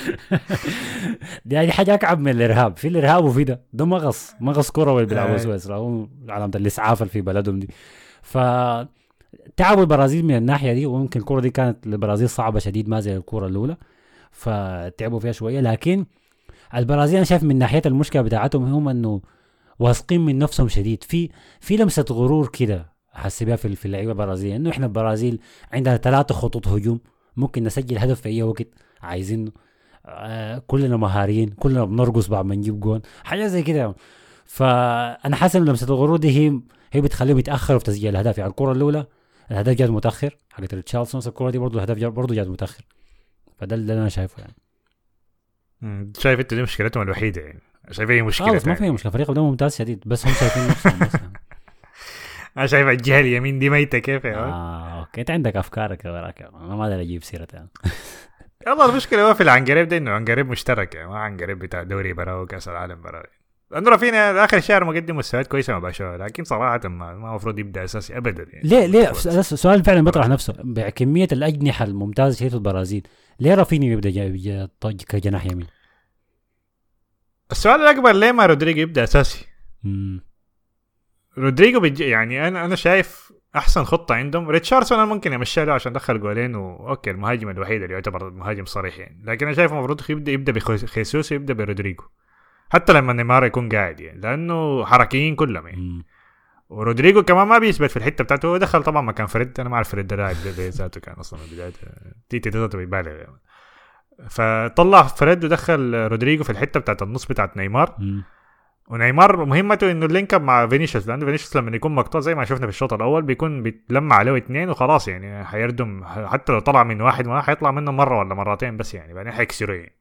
دي حاجه اكعب من الارهاب. في الارهاب وفي ده مغص كره واللي بيلعبوا سويسرا، هو علامه الاسعاف اللي في بلدهم دي. ف تعبوا البرازيل من الناحيه دي، وممكن الكره دي كانت البرازيل صعبه شديد ما زي الكره الاولى، فتعبوا فيها شويه. لكن البرازيل انا شايف من ناحيه المشكله بتاعتهم هم انه واثقين من نفسهم شديد. في لمسه غرور كده حس بها في اللعيبه البرازيليه، انه احنا البرازيل عندنا 3 خطوط هجوم، ممكن نسجل هدف في اي وقت عايزينه. كلنا مهاريين، كلنا بنرقص بعد ما نجيب جون، حاجه زي كده. فانا حاسس ان لمسه الغرور دي هي بتخليهم يتاخروا في تسجيل الاهداف. يعني الكره الاولى الهدف جات متاخر حقت ريتشاردسون، الكره دي برضه الهدف برضه جات متاخر. فده اللي انا شايفه يعني. شايف انت دي مشكلتهم الوحيده يعني؟ شايف اي مشكله خالص ما فيها مشكله، فريق ده ممتاز شديد، بس هم شايفين نفسهم بس يعني. انا شايف الجهه اليمين دي ميته كيف يا اوكي انت عندك افكارك وراك، انا ما ادري اجيب سيرة يعني. والله المشكله هو في العنقريب ده، انه عنقريب مشترك يعني، ما عنقريب بتاع دوري برا وكاس العالم برا. لانه رافينيا اخر شهر مقدم مستويات كويسه ما باشا، لكن صراحه ما المفروض يبدا اساسي ابدا يعني. ليه السؤال فعلا بيطرح نفسه بكميه الاجنحه الممتازه في البرازيل، ليه رافينيا يبدا كجناح يمين؟ السؤال الاكبر ليه ما رودريجو يبدا اساسي؟ رودريجو يعني انا شايف احسن خطه عندهم ريتشاردسون، ممكن يمشي له عشان دخل جولين واوكي المهاجم الوحيد اللي يعتبر مهاجم صريح يعني. لكن انا شايف المفروض يبدا بخيسوس، يبدا برودريجو حتى لما نيمار يكون قاعد يعني، لانه حركيين كلهم يعني. ورودريجو كمان ما بيثبت في الحته بتاعته، هو دخل طبعا مكان فريد، انا ما اعرف فريد ده لاعب ذاته كان اصلا من بدايه تيتي ذاته بيبالغ يعني. فطلع فريد ودخل رودريجو في الحته بتاعت النص بتاعت نيمار. ونيمار مهمته انه اللينك اب مع فينيسيوس، لانه فينيسيوس لما يكون مقطوع زي ما شفنا في الشوط الاول بيكون بيتلمع عليه 2 وخلاص يعني، حيردم حتى لو طلع من واحد ما حيطلع منه مره ولا مرتين بس يعني، بعدين حيكسره يعني.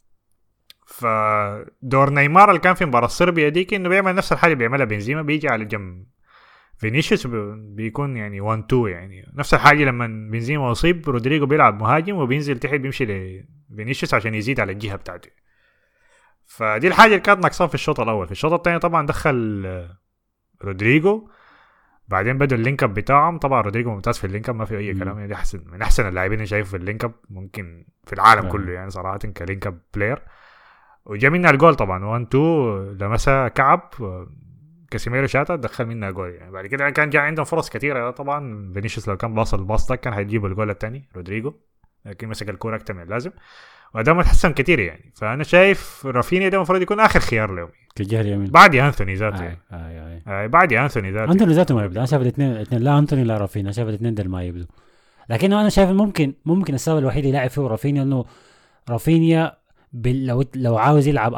فدور نيمار اللي كان في مباراه صربيا ديك انه بيعمل نفس الحاجه بيعملها بنزيما، بيجي على جنب فينيسيوس بيكون يعني 1-2 يعني. نفس الحاجه لما بنزيما يصيب رودريجو بيلعب مهاجم وبينزل تحت بيمشي لفينيسيوس عشان يزيد على الجهه بتاعته. فدي الحاجه اللي كانت ناقصه في الشوط الاول. في الشوط الثاني طبعا دخل رودريجو، بعدين بدأ اللينك اب بتاعهم. طبعا رودريجو ممتاز في اللينك اب ما في اي كلام يعني، احسن من احسن اللاعبين اللي شايفه في اللينك اب ممكن في العالم كله يعني صراحه كلينك اب بلاير. وجا منها الجول طبعا 1-2 لمسها كعب كاسيميرو شاتا دخل منها جول يعني. بعد كده كان جاء عندهم فرص كثيره طبعا، فينيسيوس لو كان باصل الباص ده كان هيجيب الجول الثاني رودريجو، لكن مسك الكوره اكثر من اللازم وده متحسن كثير يعني. فانا شايف رافينيا ده المفروض يكون اخر خيار لهم كجهه اليمين بعد انثوني ذاته. بعد انثوني ذاته انثوني ذاته ما يبدا. انا شايف الاثنين لا انثوني لا رافينيا، شايف الاثنين دول ما يبدوا. لكن انا شايف ممكن السبب الوحيد اللي يلعب فيه رافينيا انه رافينيا لو عاوز يلعب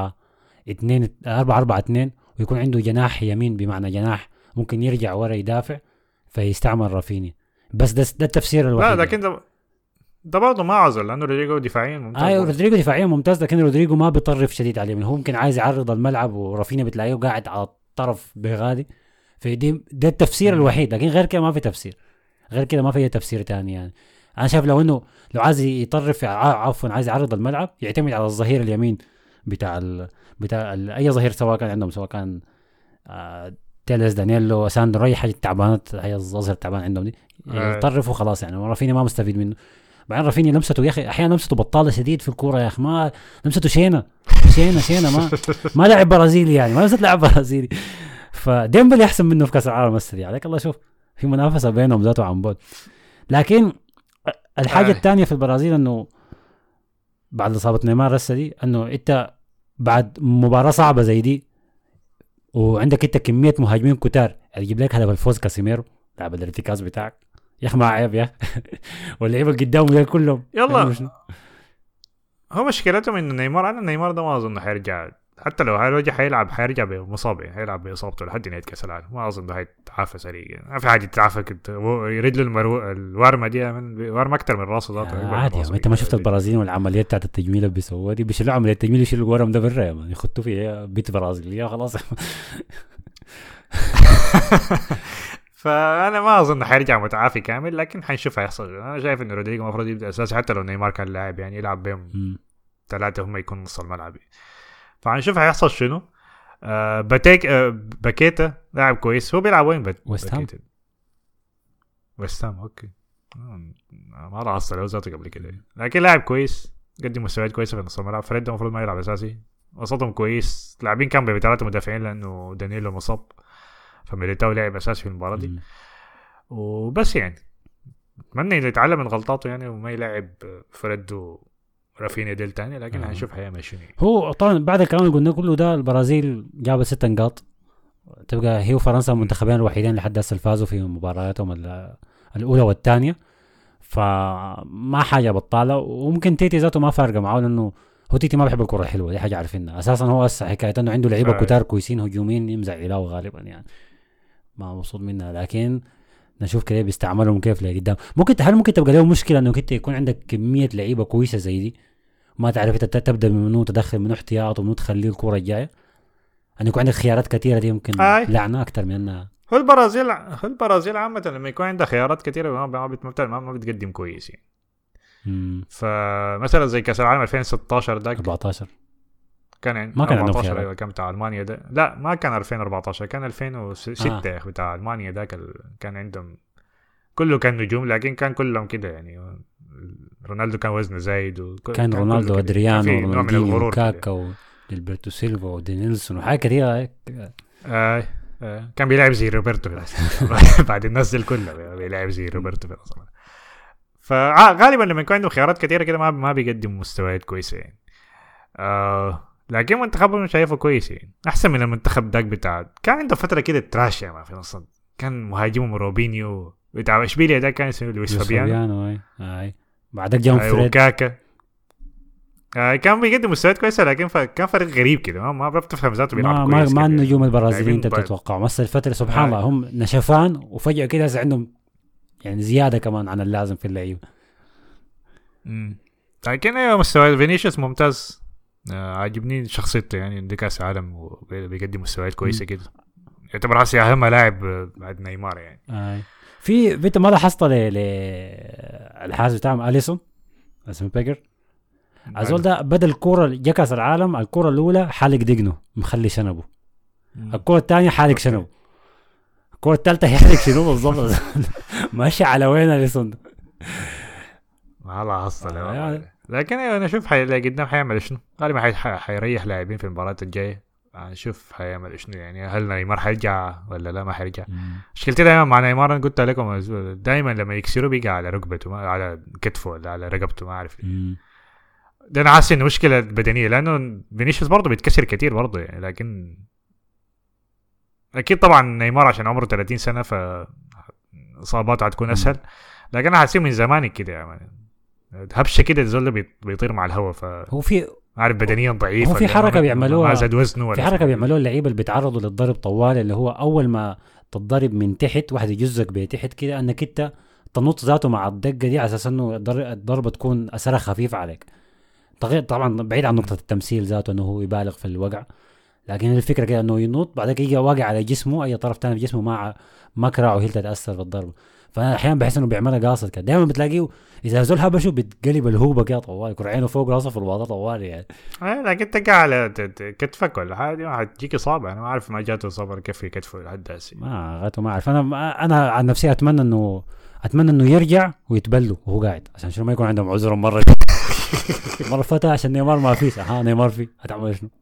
4-4-2 ويكون عنده جناح يمين، بمعنى جناح ممكن يرجع ورا يدافع فيستعمل رافينيا. بس ده التفسير الوحيد. لا لكن ده برضه ما عذر، لانه رودريجو دفاعيا ممتاز. ايوه رودريجو دفاعيا ممتاز، لكن رودريجو ما بيطرف شديد عليه، هو ممكن عايز يعرض الملعب ورافينيا بتلاقيه قاعد على الطرف بغادي. ده التفسير الوحيد، لكن غير كده ما في تفسير، غير كده ما في تفسير تاني يعني. انا شايف لو عايز يطرف عفوا عايز يعرض الملعب يعتمد على الظهير اليمين بتاع اي ظهير، سواء كان عندهم سواء كان تيلس دانييلو ساندرو اي حاجه تعبانات، هي الظهير التعبان عندهم دي يطرفوا خلاص يعني. رافينيا ما مستفيد منه. بعدين رافينيا لمسته يا اخي احيانا لمسته بطاله شديد في الكوره يا اخي، ما لمسته شينه ما لاعب برازيلي يعني، ما لمسته لاعب برازيلي. فديمبلي احسن منه في كاس العالم السريع عليك الله. شوف في منافسه بينهم ذاته عن بعد. لكن الحاجه الثانيه في البرازيل انه بعد اصابه نيمار هسه دي، انه انت بعد مباراه صعبه زي دي وعندك انت كميه مهاجمين كتار يجيب لك هدف الفوز كاسيميرو لاعب الارتكاز بتاعك يا اخي، ما عيب يا واللعيبه قدامهم دول كلهم يلا. هو مشكلتهم انه نيمار ده ما اظن حيرجع، حتى لو هيرجع حيرجع بمصاب يعني، حيلعب باصابته لحد نهايه كاس العالم. ما اظن ده هيتعافى سريع يعني، ما في حاجه تتعافى رجله الورمه دي ورمه اكثر من راسه ذاته عادي. انت ما شفت البرازيل والعمليات بتاعت التجميل اللي بيسووها دي؟ بيشيلوا عمليه التجميل يشيلوا الورم ده برا يعني، يخطوا فيه بيت برازيليه خلاص. فانا ما اظن حيرجع متعافي كامل، لكن حنشوف هيحصل. انا شايف ان رودريجو المفروض يبدا اساسي، حتى لو نيمار كان لاعب يعني يلعب بهم 3 هم يكون نص الملعب. فهنشوف هيحصل شنو. باكيتا لاعب كويس، هو بيلعب وين؟ ويست هام اوكي. ما لاحظت له ذاته قبل كده، لكن لاعب كويس قدم مستويات كويسه في نص الملعب. فريد المفروض ما يلعب اساسي. وسطهم كويس، لاعبين كان بثلاثه مدافعين لانه دانييلو مصاب، فميليتاو لعب اساسي في المباراه دي. وبس يعني اتمنى يتعلم من غلطاته يعني، وما يلعب فريد ورافينيا ديل تاني، لكن هنشوف هيعمل شنو. هو طبعا بعد الكلام اللي قلنا كله ده البرازيل جابت 6 نقاط، تبقى هي وفرنسا المنتخبين الوحيدين لحد هسه فازوا في مبارياتهم الاولى والثانيه، فما حاجه بطاله. وممكن تيتي ذاته ما فارقه معه، لانه هو تيتي ما بيحب الكره الحلوه دي، حاجه عارفينها اساسا. هو هسه حكايه انه عنده لعيبه كتار كويسين هجوميين يمزع علاوه غالبا يعني ما مبسوط منها، لكن نشوف كده بيستعملهم كيف لقدام. هل ممكن تبقى له مشكله انه انت يكون عندك كميه لعيبه كويسه زي دي ما تعرف انت تبدا من منو تدخل منو احتياط ومنو تخليه الكره الجايه، ان يكون عندك خيارات كثيره دي ممكن لعنه اكثر من انها. هو البرازيل عامه لما يكون عندها خيارات كثيره ما بتقدم كويس يعني. فمثلا زي كاس العالم 2016 داك 14 كان ما كان 14 ايوه كان بتاع المانيا ده. لا ما كان 2014 كان 2006 يا اخي بتاع المانيا ده كان عندهم كله كان نجوم، لكن كان كلهم كده يعني. رونالدو كان وزنه زايد كان رونالدو وادريانو ورونالدو وكاكا وديلبرتو سيلفا ودينيلسون وحاجه كثيره هيك. كان بيلعب زي روبرتو بعد الناس دي كلها بيلعب زي روبرتو في الأصل. فغالبا لما يكون عندهم خيارات كثيره كده ما بيقدم مستويات كويسه يعني. لكن منتخبهم شايفه كويس يعني، احسن من المنتخب داك بتاع كان عنده فتره كده تراش يعني في نص. كان مهاجمه روبينيو بتاع اشبيليا ده كان اسمه لويس فابيانو اي بعدك جاهم فريد وكاكا. كان بيقدم مستويات كويسه، لكن كان فريق غريب كده ما بتفهم ذاته بيلعب كويس. ما النجوم البرازيليين انت بتتوقع مثلا الفتره سبحان الله هم نشفان وفجاه كده عندهم يعني زياده كمان عن اللازم في اللعيبه. لكن ايوه مستوى فينيسيوس ممتاز. عاجبني شخصيته يعني، دي كاس عالم وبيقدم مستويات كويسه كده، يعتبر راسي اهم لاعب بعد نيمار يعني. في بنت ما لاحظت الحارس بتاعهم اليسون اسمه بيجر الزول ده بدل الكوره جا كاس العالم الكوره الاولى حالق دقنه مخلي شنبه، الكوره الثانيه حالق شنبه، الكوره الثالثه حالق شنو بالضبط. ماشي على وين اليسون ده ما لاحظت لكن انا اشوف قدام حيعمل شنو. غالبا حيريح لاعبين في المباراه الجايه، نشوف حيعمل شنو يعني. هل نيمار حيرجع ولا لا ما حيرجع؟ مشكلتي دايما مع نيمار انا قلت لكم دايما لما يكسروا بيجي على ركبته على كتفه ولا على رقبته ما اعرف. ده انا حاسس انه مشكله بدنيه، لانه فينيسيوس برضه بيتكسر كتير برضه يعني. لكن اكيد طبعا نيمار عشان عمره 30 سنه فاصاباته هتكون اسهل، لكن انا حاسس من زمان كده يعني هبشه كده الزول بيطير مع الهواء. هو في عارف بدنيا ضعيف. هو في حركه بيعملوها ما زاد وزنه، في حركه بيعملوها اللعيبه اللي بيتعرضوا للضرب طوال، اللي هو اول ما تتضرب من تحت واحد يجزك بتحت كده انك انت تنط ذاته مع الدقه دي على اساس انه الضربه تكون اثرها خفيف عليك. طبعا بعيد عن نقطه التمثيل ذاته انه هو يبالغ في الوقع، لكن الفكره كده انه ينط بعدك يجي واقع على جسمه اي طرف تاني في جسمه ما كراعه هي تتاثر بالضربه. فانا احيانا بحس انه بيعملها قاصد كده. دائما بتلاقيه اذا زول هبشه بتقلب الهوبه كده طوال يكون عينه فوق راسه في الوضع طوال يعني. لكن تقع على كتفك ولا حاجه هتجيك اصابه. انا ما اعرف ما جاته اصابه كيف في كتفه لحد هسه ما اعرف. انا عن نفسي اتمنى انه يرجع ويتبلوا وهو قاعد عشان شنو ما يكون عندهم عذر مره فتاه عشان نيمار ما فيش. نيمار في هتعمل شنو؟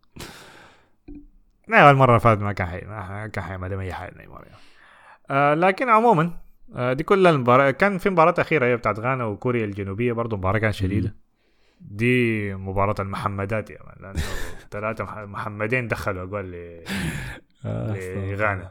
لا المره فاتت ما كان حيعمل اي حاجه نيمار يعني. لكن عموما دي كل المباراة. كان في مباراة أخيرة هي بتاعت غانا وكوريا الجنوبية برضو مباراة كانت شديدة. دي مباراة المحمدات يعني، لأنه 3 محمدين دخلوا أقول لغانا.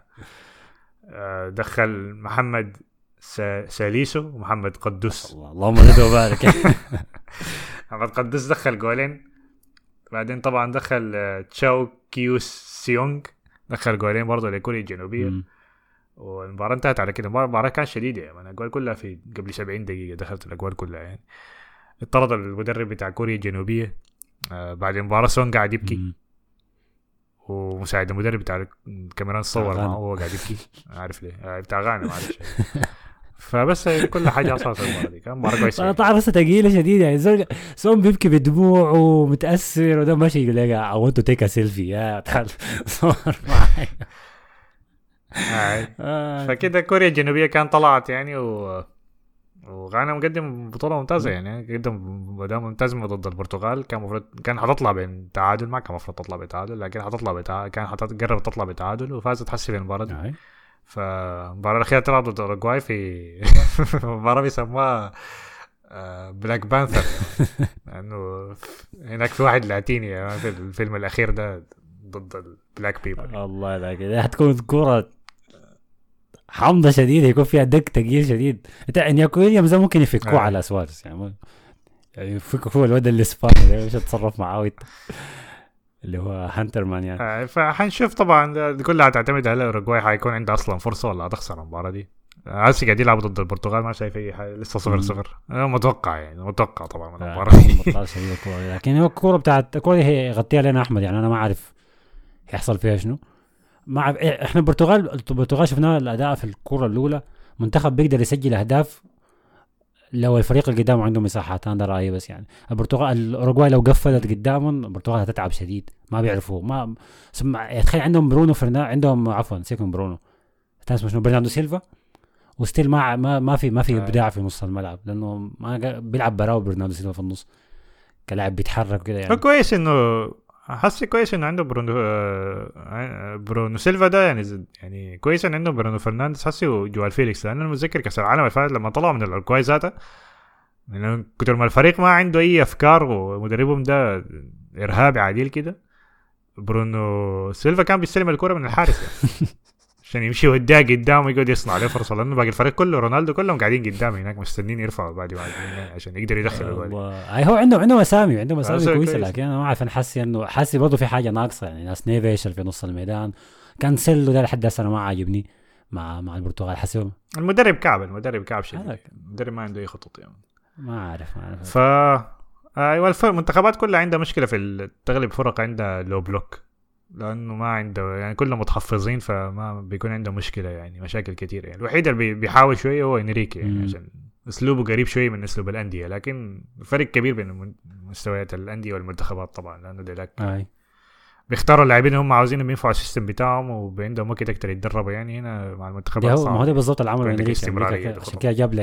دخل محمد ساليسو ومحمد قدوس. اللهم زد وبارك. محمد قدوس دخل جولين. بعدين طبعا دخل تشاو كيوس سيونغ دخل جولين برضو لكوريا الجنوبية. والمباراة انتهت على كده. المباراة كانت شديدة يعني، الأجوال كلها في قبل 70 دقيقة دخلت الأجوال كلها يعني. اضطرد المدرب بتاع كوريا الجنوبية بعد المباراة سون قاعد يبكي، ومساعد المدرب بتاع الكاميران صور معه وهو قاعد يبكي. عارف ليه؟ بتاع غانا معلش. فبس كل حاجة أصلا المباراة دي كان مباراة كويسة. تعرف ثقيلة شديدة يعني. سون بيبكي بدموع ومتأثر وده ماشي يقول لك I want to take a selfie يا تعال صور معي. فكده كوريا الجنوبية كان طلعت يعني وغانا مقدم بطوله ممتازه يعني، قدم اداء ممتاز ضد البرتغال. كان المفروض كان حتطلع بين تعادل، ما كان المفروض تطلع بتعادل، لكن حتطلع بتعادل، كان حتقرب تطلع بتعادل وفازت حسي في المباراه دي. فالمباراه الاخيره طلعت ضد اوروغواي في مباراه بيسموها بلاك بانثر لانه هناك في واحد لاتيني يعني في الفيلم الاخير ده ضد البلاك بيبل. الله لا كده هتكون كوره حمضة شديدة، يكون فيها دق تقيل شديد. انت نياكو ويليامز ممكن يفكوه على سوارز يعني يفكوا هو الواد الاسباني مش هتصرف معاه اللي هو هانتر مان يعني. فحنشوف طبعا كلها تعتمد على اوروغواي حيكون عنده اصلا فرصه ولا هتخسر المباراه دي. هسه قاعد يلعب ضد البرتغال، ما شايف اي حاجه، لسه 0-0. متوقع يعني متوقع طبعا من المباراه لكن هو الكوره بتاعت الكوره دي هي يغطيها لنا احمد يعني. انا ما اعرف يحصل فيها شنو. ما احنا البرتغال شفناه الاداء في الكره الاولى، منتخب بيقدر يسجل اهداف لو الفريق اللي قدامه عنده مساحات. هذا رايي بس يعني. الاوروغواي لو قفلت قدامهم البرتغال هتتعب شديد، ما بيعرفوا ما تخيل عندهم برونو عندهم عفوا سيكون برونو اسمه شنو برناردو سيلفا، وستيل ما في ابداع في نص الملعب، لانه ما بيلعب براو برناردو سيلفا في النص كلاعب بيتحرك كده يعني. كويس انه حاسس كويس انه عنده برونو سيلفا ده يعني كويس انه عنده برونو فرنانديز حسي وجوال فيليكس، لانه انا متذكر كاس العالم اللي فات لما طلعوا من الاورجواي ذاته من كتر ما الفريق ما عنده اي افكار ومدربهم ده ارهابي عادل كده، برونو سيلفا كان بيستلم الكرة من الحارس يعني عشان يمشي ويديها قدام ويقعد يصنع له فرصه، لانه باقي الفريق كله رونالدو كلهم قاعدين قدام هناك مستنين يرفعوا بعد عشان يقدر يدخل الجول. هو عندهم اسامي كويسه، لكن انا ما اعرف، انا حاسس برضه في حاجه ناقصه يعني. ناس نيفيش في نص الميدان كان سيلو ده لحد هسه انا ما عاجبني مع البرتغال. حسب المدرب كعب شديد، المدرب ما عنده اي خطط يعني. ما اعرف ايوه المنتخبات كلها عندها مشكله في تغلب فرق عندها لو بلوك، لانه ما عنده يعني كلهم متحفظين، فما بيكون عنده مشكله يعني مشاكل كتير يعني. الوحيد اللي بيحاول شويه هو انريكي يعني عشان اسلوبه قريب شويه من اسلوب الانديه، لكن فرق كبير بين مستويات الانديه والمنتخبات طبعا، لانه ديلاك بيختاروا اللاعبين هم عاوزينهم ينفعوا السيستم بتاعهم وعندهم وقت اكتر يتدربوا يعني. هنا مع المنتخبات ما هو ده بالضبط العمل انريكي، عشان كده جاب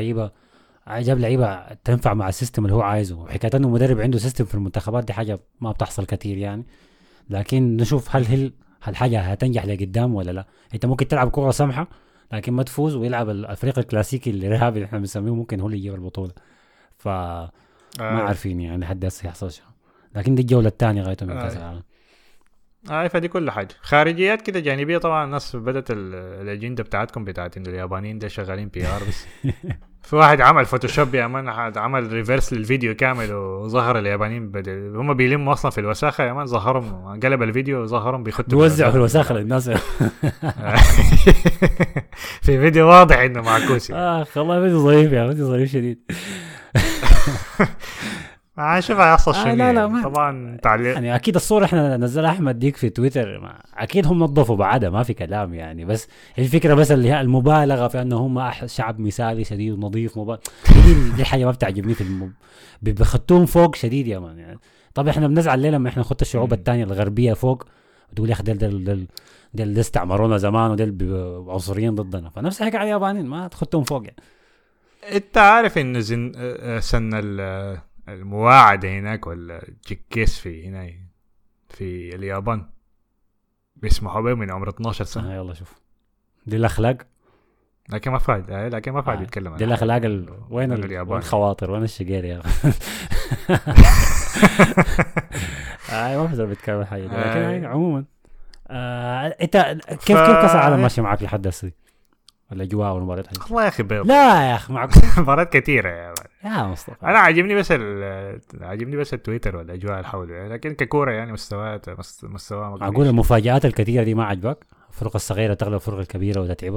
لعيبه تنفع مع السيستم اللي هو عايزه. وحكايه انه مدرب عنده سيستم في المنتخبات دي حاجه ما بتحصل كتير يعني، لكن نشوف هل الحاجة هتنجح لقدام ولا لا. انت ممكن تلعب كرة سمحة لكن ما تفوز، ويلعب الفريق الكلاسيكي الارهابي اللي احنا بنسميه ممكن هو اللي يجيب البطولة. ما عارفين يعني لحد هسه يحصل شو، لكن دي الجولة الثانية غاية من كاس العالم. فدي كل حاجة خارجيات كده جانبية. طبعا الناس بدأت الأجندة بتاعتكم بتاعت إنه اليابانيين ده شغالين PR بس. في واحد عمل فوتوشوب يا مان، عمل ريفيرس للفيديو كامل وظهر اليابانيين هم بيلموا أصلا في الوساخة يا مان، ظهرهم قلب الفيديو وظهرهم بيخطوا بيوزعوا في الوساخة للناس. في فيديو واضح إنه معكوس. والله فيديو ظريف يا فيديو ظريف شديد. شوف هيحصل شيء لا طبعا تعليق يعني. اكيد الصوره احنا نزلها احمد ديك في تويتر، اكيد هم نظفوا بعدها ما في كلام يعني. بس الفكره بس اللي هي المبالغه في انه هم شعب مثالي شديد ونظيف دي حاجه ما بتعجبني في بيخطوهم فوق شديد يا مان يعني. طب احنا بنزعل ليه لما احنا نخط الشعوب الثانيه الغربيه فوق وتقول يا اخي دل استعمرونا زمان ودل عنصريين ضدنا، فنفس الحكايه على اليابانيين ما تخطوهم فوق يعني. انت عارف انه سن المواعدة هناك ولا جيكيس في هنا في اليابان بيسمحوا به من عمر 12 سنة. يلا شوف دي الأخلاق، لكن ما فايد يتكلم عنها. دي الأخلاق وين الخواطر وين الشقير يا ما بقدر بتكلم حاجة لكن عموما انت كيف كاس العالم ماشي معك لحد هسه الاجواء والمباريات؟ والله يا اخي بيض. لا يا اخي معك مباريات كثيره يا مصطفى. انا عاجبني بس التويتر والاجواء اللي حوله، لكن ككوره يعني مستوى اقول المفاجآت الكثيره دي ما عجبك؟ الفرق الصغيره تغلب الفرق الكبيره وتتعبها.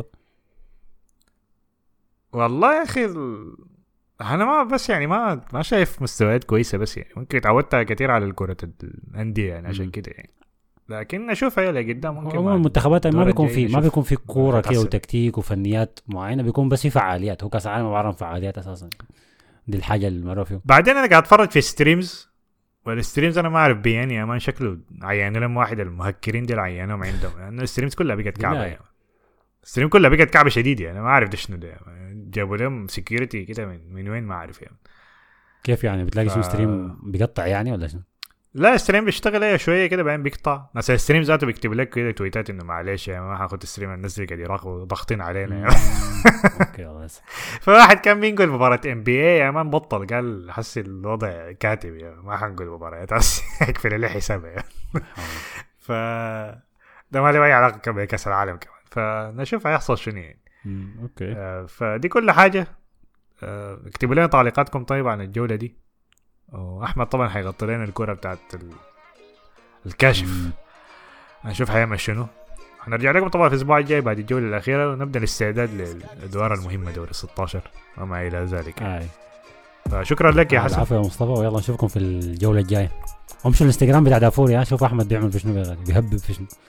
والله يا اخي انا ما بس يعني ما شايف مستويات كويسه، بس يعني ممكن تعودت كثير على الكره الانديه يعني عشان كده يعني. لكن اشوف هي اللي قدام ممكن المنتخبات ما بيكون في كوره كده وتكتيك وفنيات معينه، بيكون بس في فعاليات. هو كاس العالم عباره عن فعاليات اساسا، دي الحاجه المعروفه فيه. بعدين انا قاعد اتفرج في ستريمز، والستريمز انا ما اعرف بيان يا مان شكله عيان لهم واحد المهكرين دي عيانهم عندهم، لانه الستريمز كلها بقت كعبه يعني. الستريم كلها بقت كعبه شديد يعني ما عارف ده شنو ده جابوا لهم سكيورتي كده من وين ما عارف يعني. كيف يعني بتلاقي شو ستريم بيقطع يعني ولا شنو؟ لا الستريم بيشتغل ايه شويه كده بعدين بيقطع. ناس الستريم ذاته بيكتب لك كده تويتات انه معلش يعني ما هاخد الستريم الناس اللي قاعد يراقبوا ضاغطين علينا يعني. اوكي خلاص. فواحد كان بينقل مباراه ام بي اي يا مان بطل قال حسي الوضع كاتب يعني ما حنقول مباريات يكفي لي حسابها يعني. ف ده ما له اي علاقه بكاس العالم كمان فنشوف هيحصل شنو يعني. اوكي فدي كل حاجه. اكتبوا لنا تعليقاتكم طيب عن الجوله دي. واحمد طبعا حيغطي لنا الكره بتاعت الكاشف. هنشوف حيعمل شنو. هنرجع لكم طبعا في الاسبوع الجاي بعد الجوله الاخيره ونبدا الاستعداد للادوار المهمه دوري 16 وما الى ذلك. فشكرا لك يا حسن. العفو يا مصطفى ويلا نشوفكم في الجوله الجايه. امشوا الانستغرام بتاع دافوري شوف احمد بيعمل في شنو بيهبب في شنو.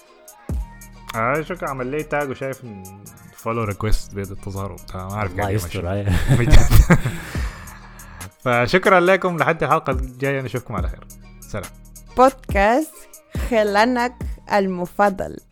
شكرا عمل لي تاج وشايف فولو ريكويست بيد التظاهر وبتاع ما اعرف الله يستر. فشكرا لكم لحد الحلقه الجايه نشوفكم على خير. سلام. بودكاست خلانك المفضل.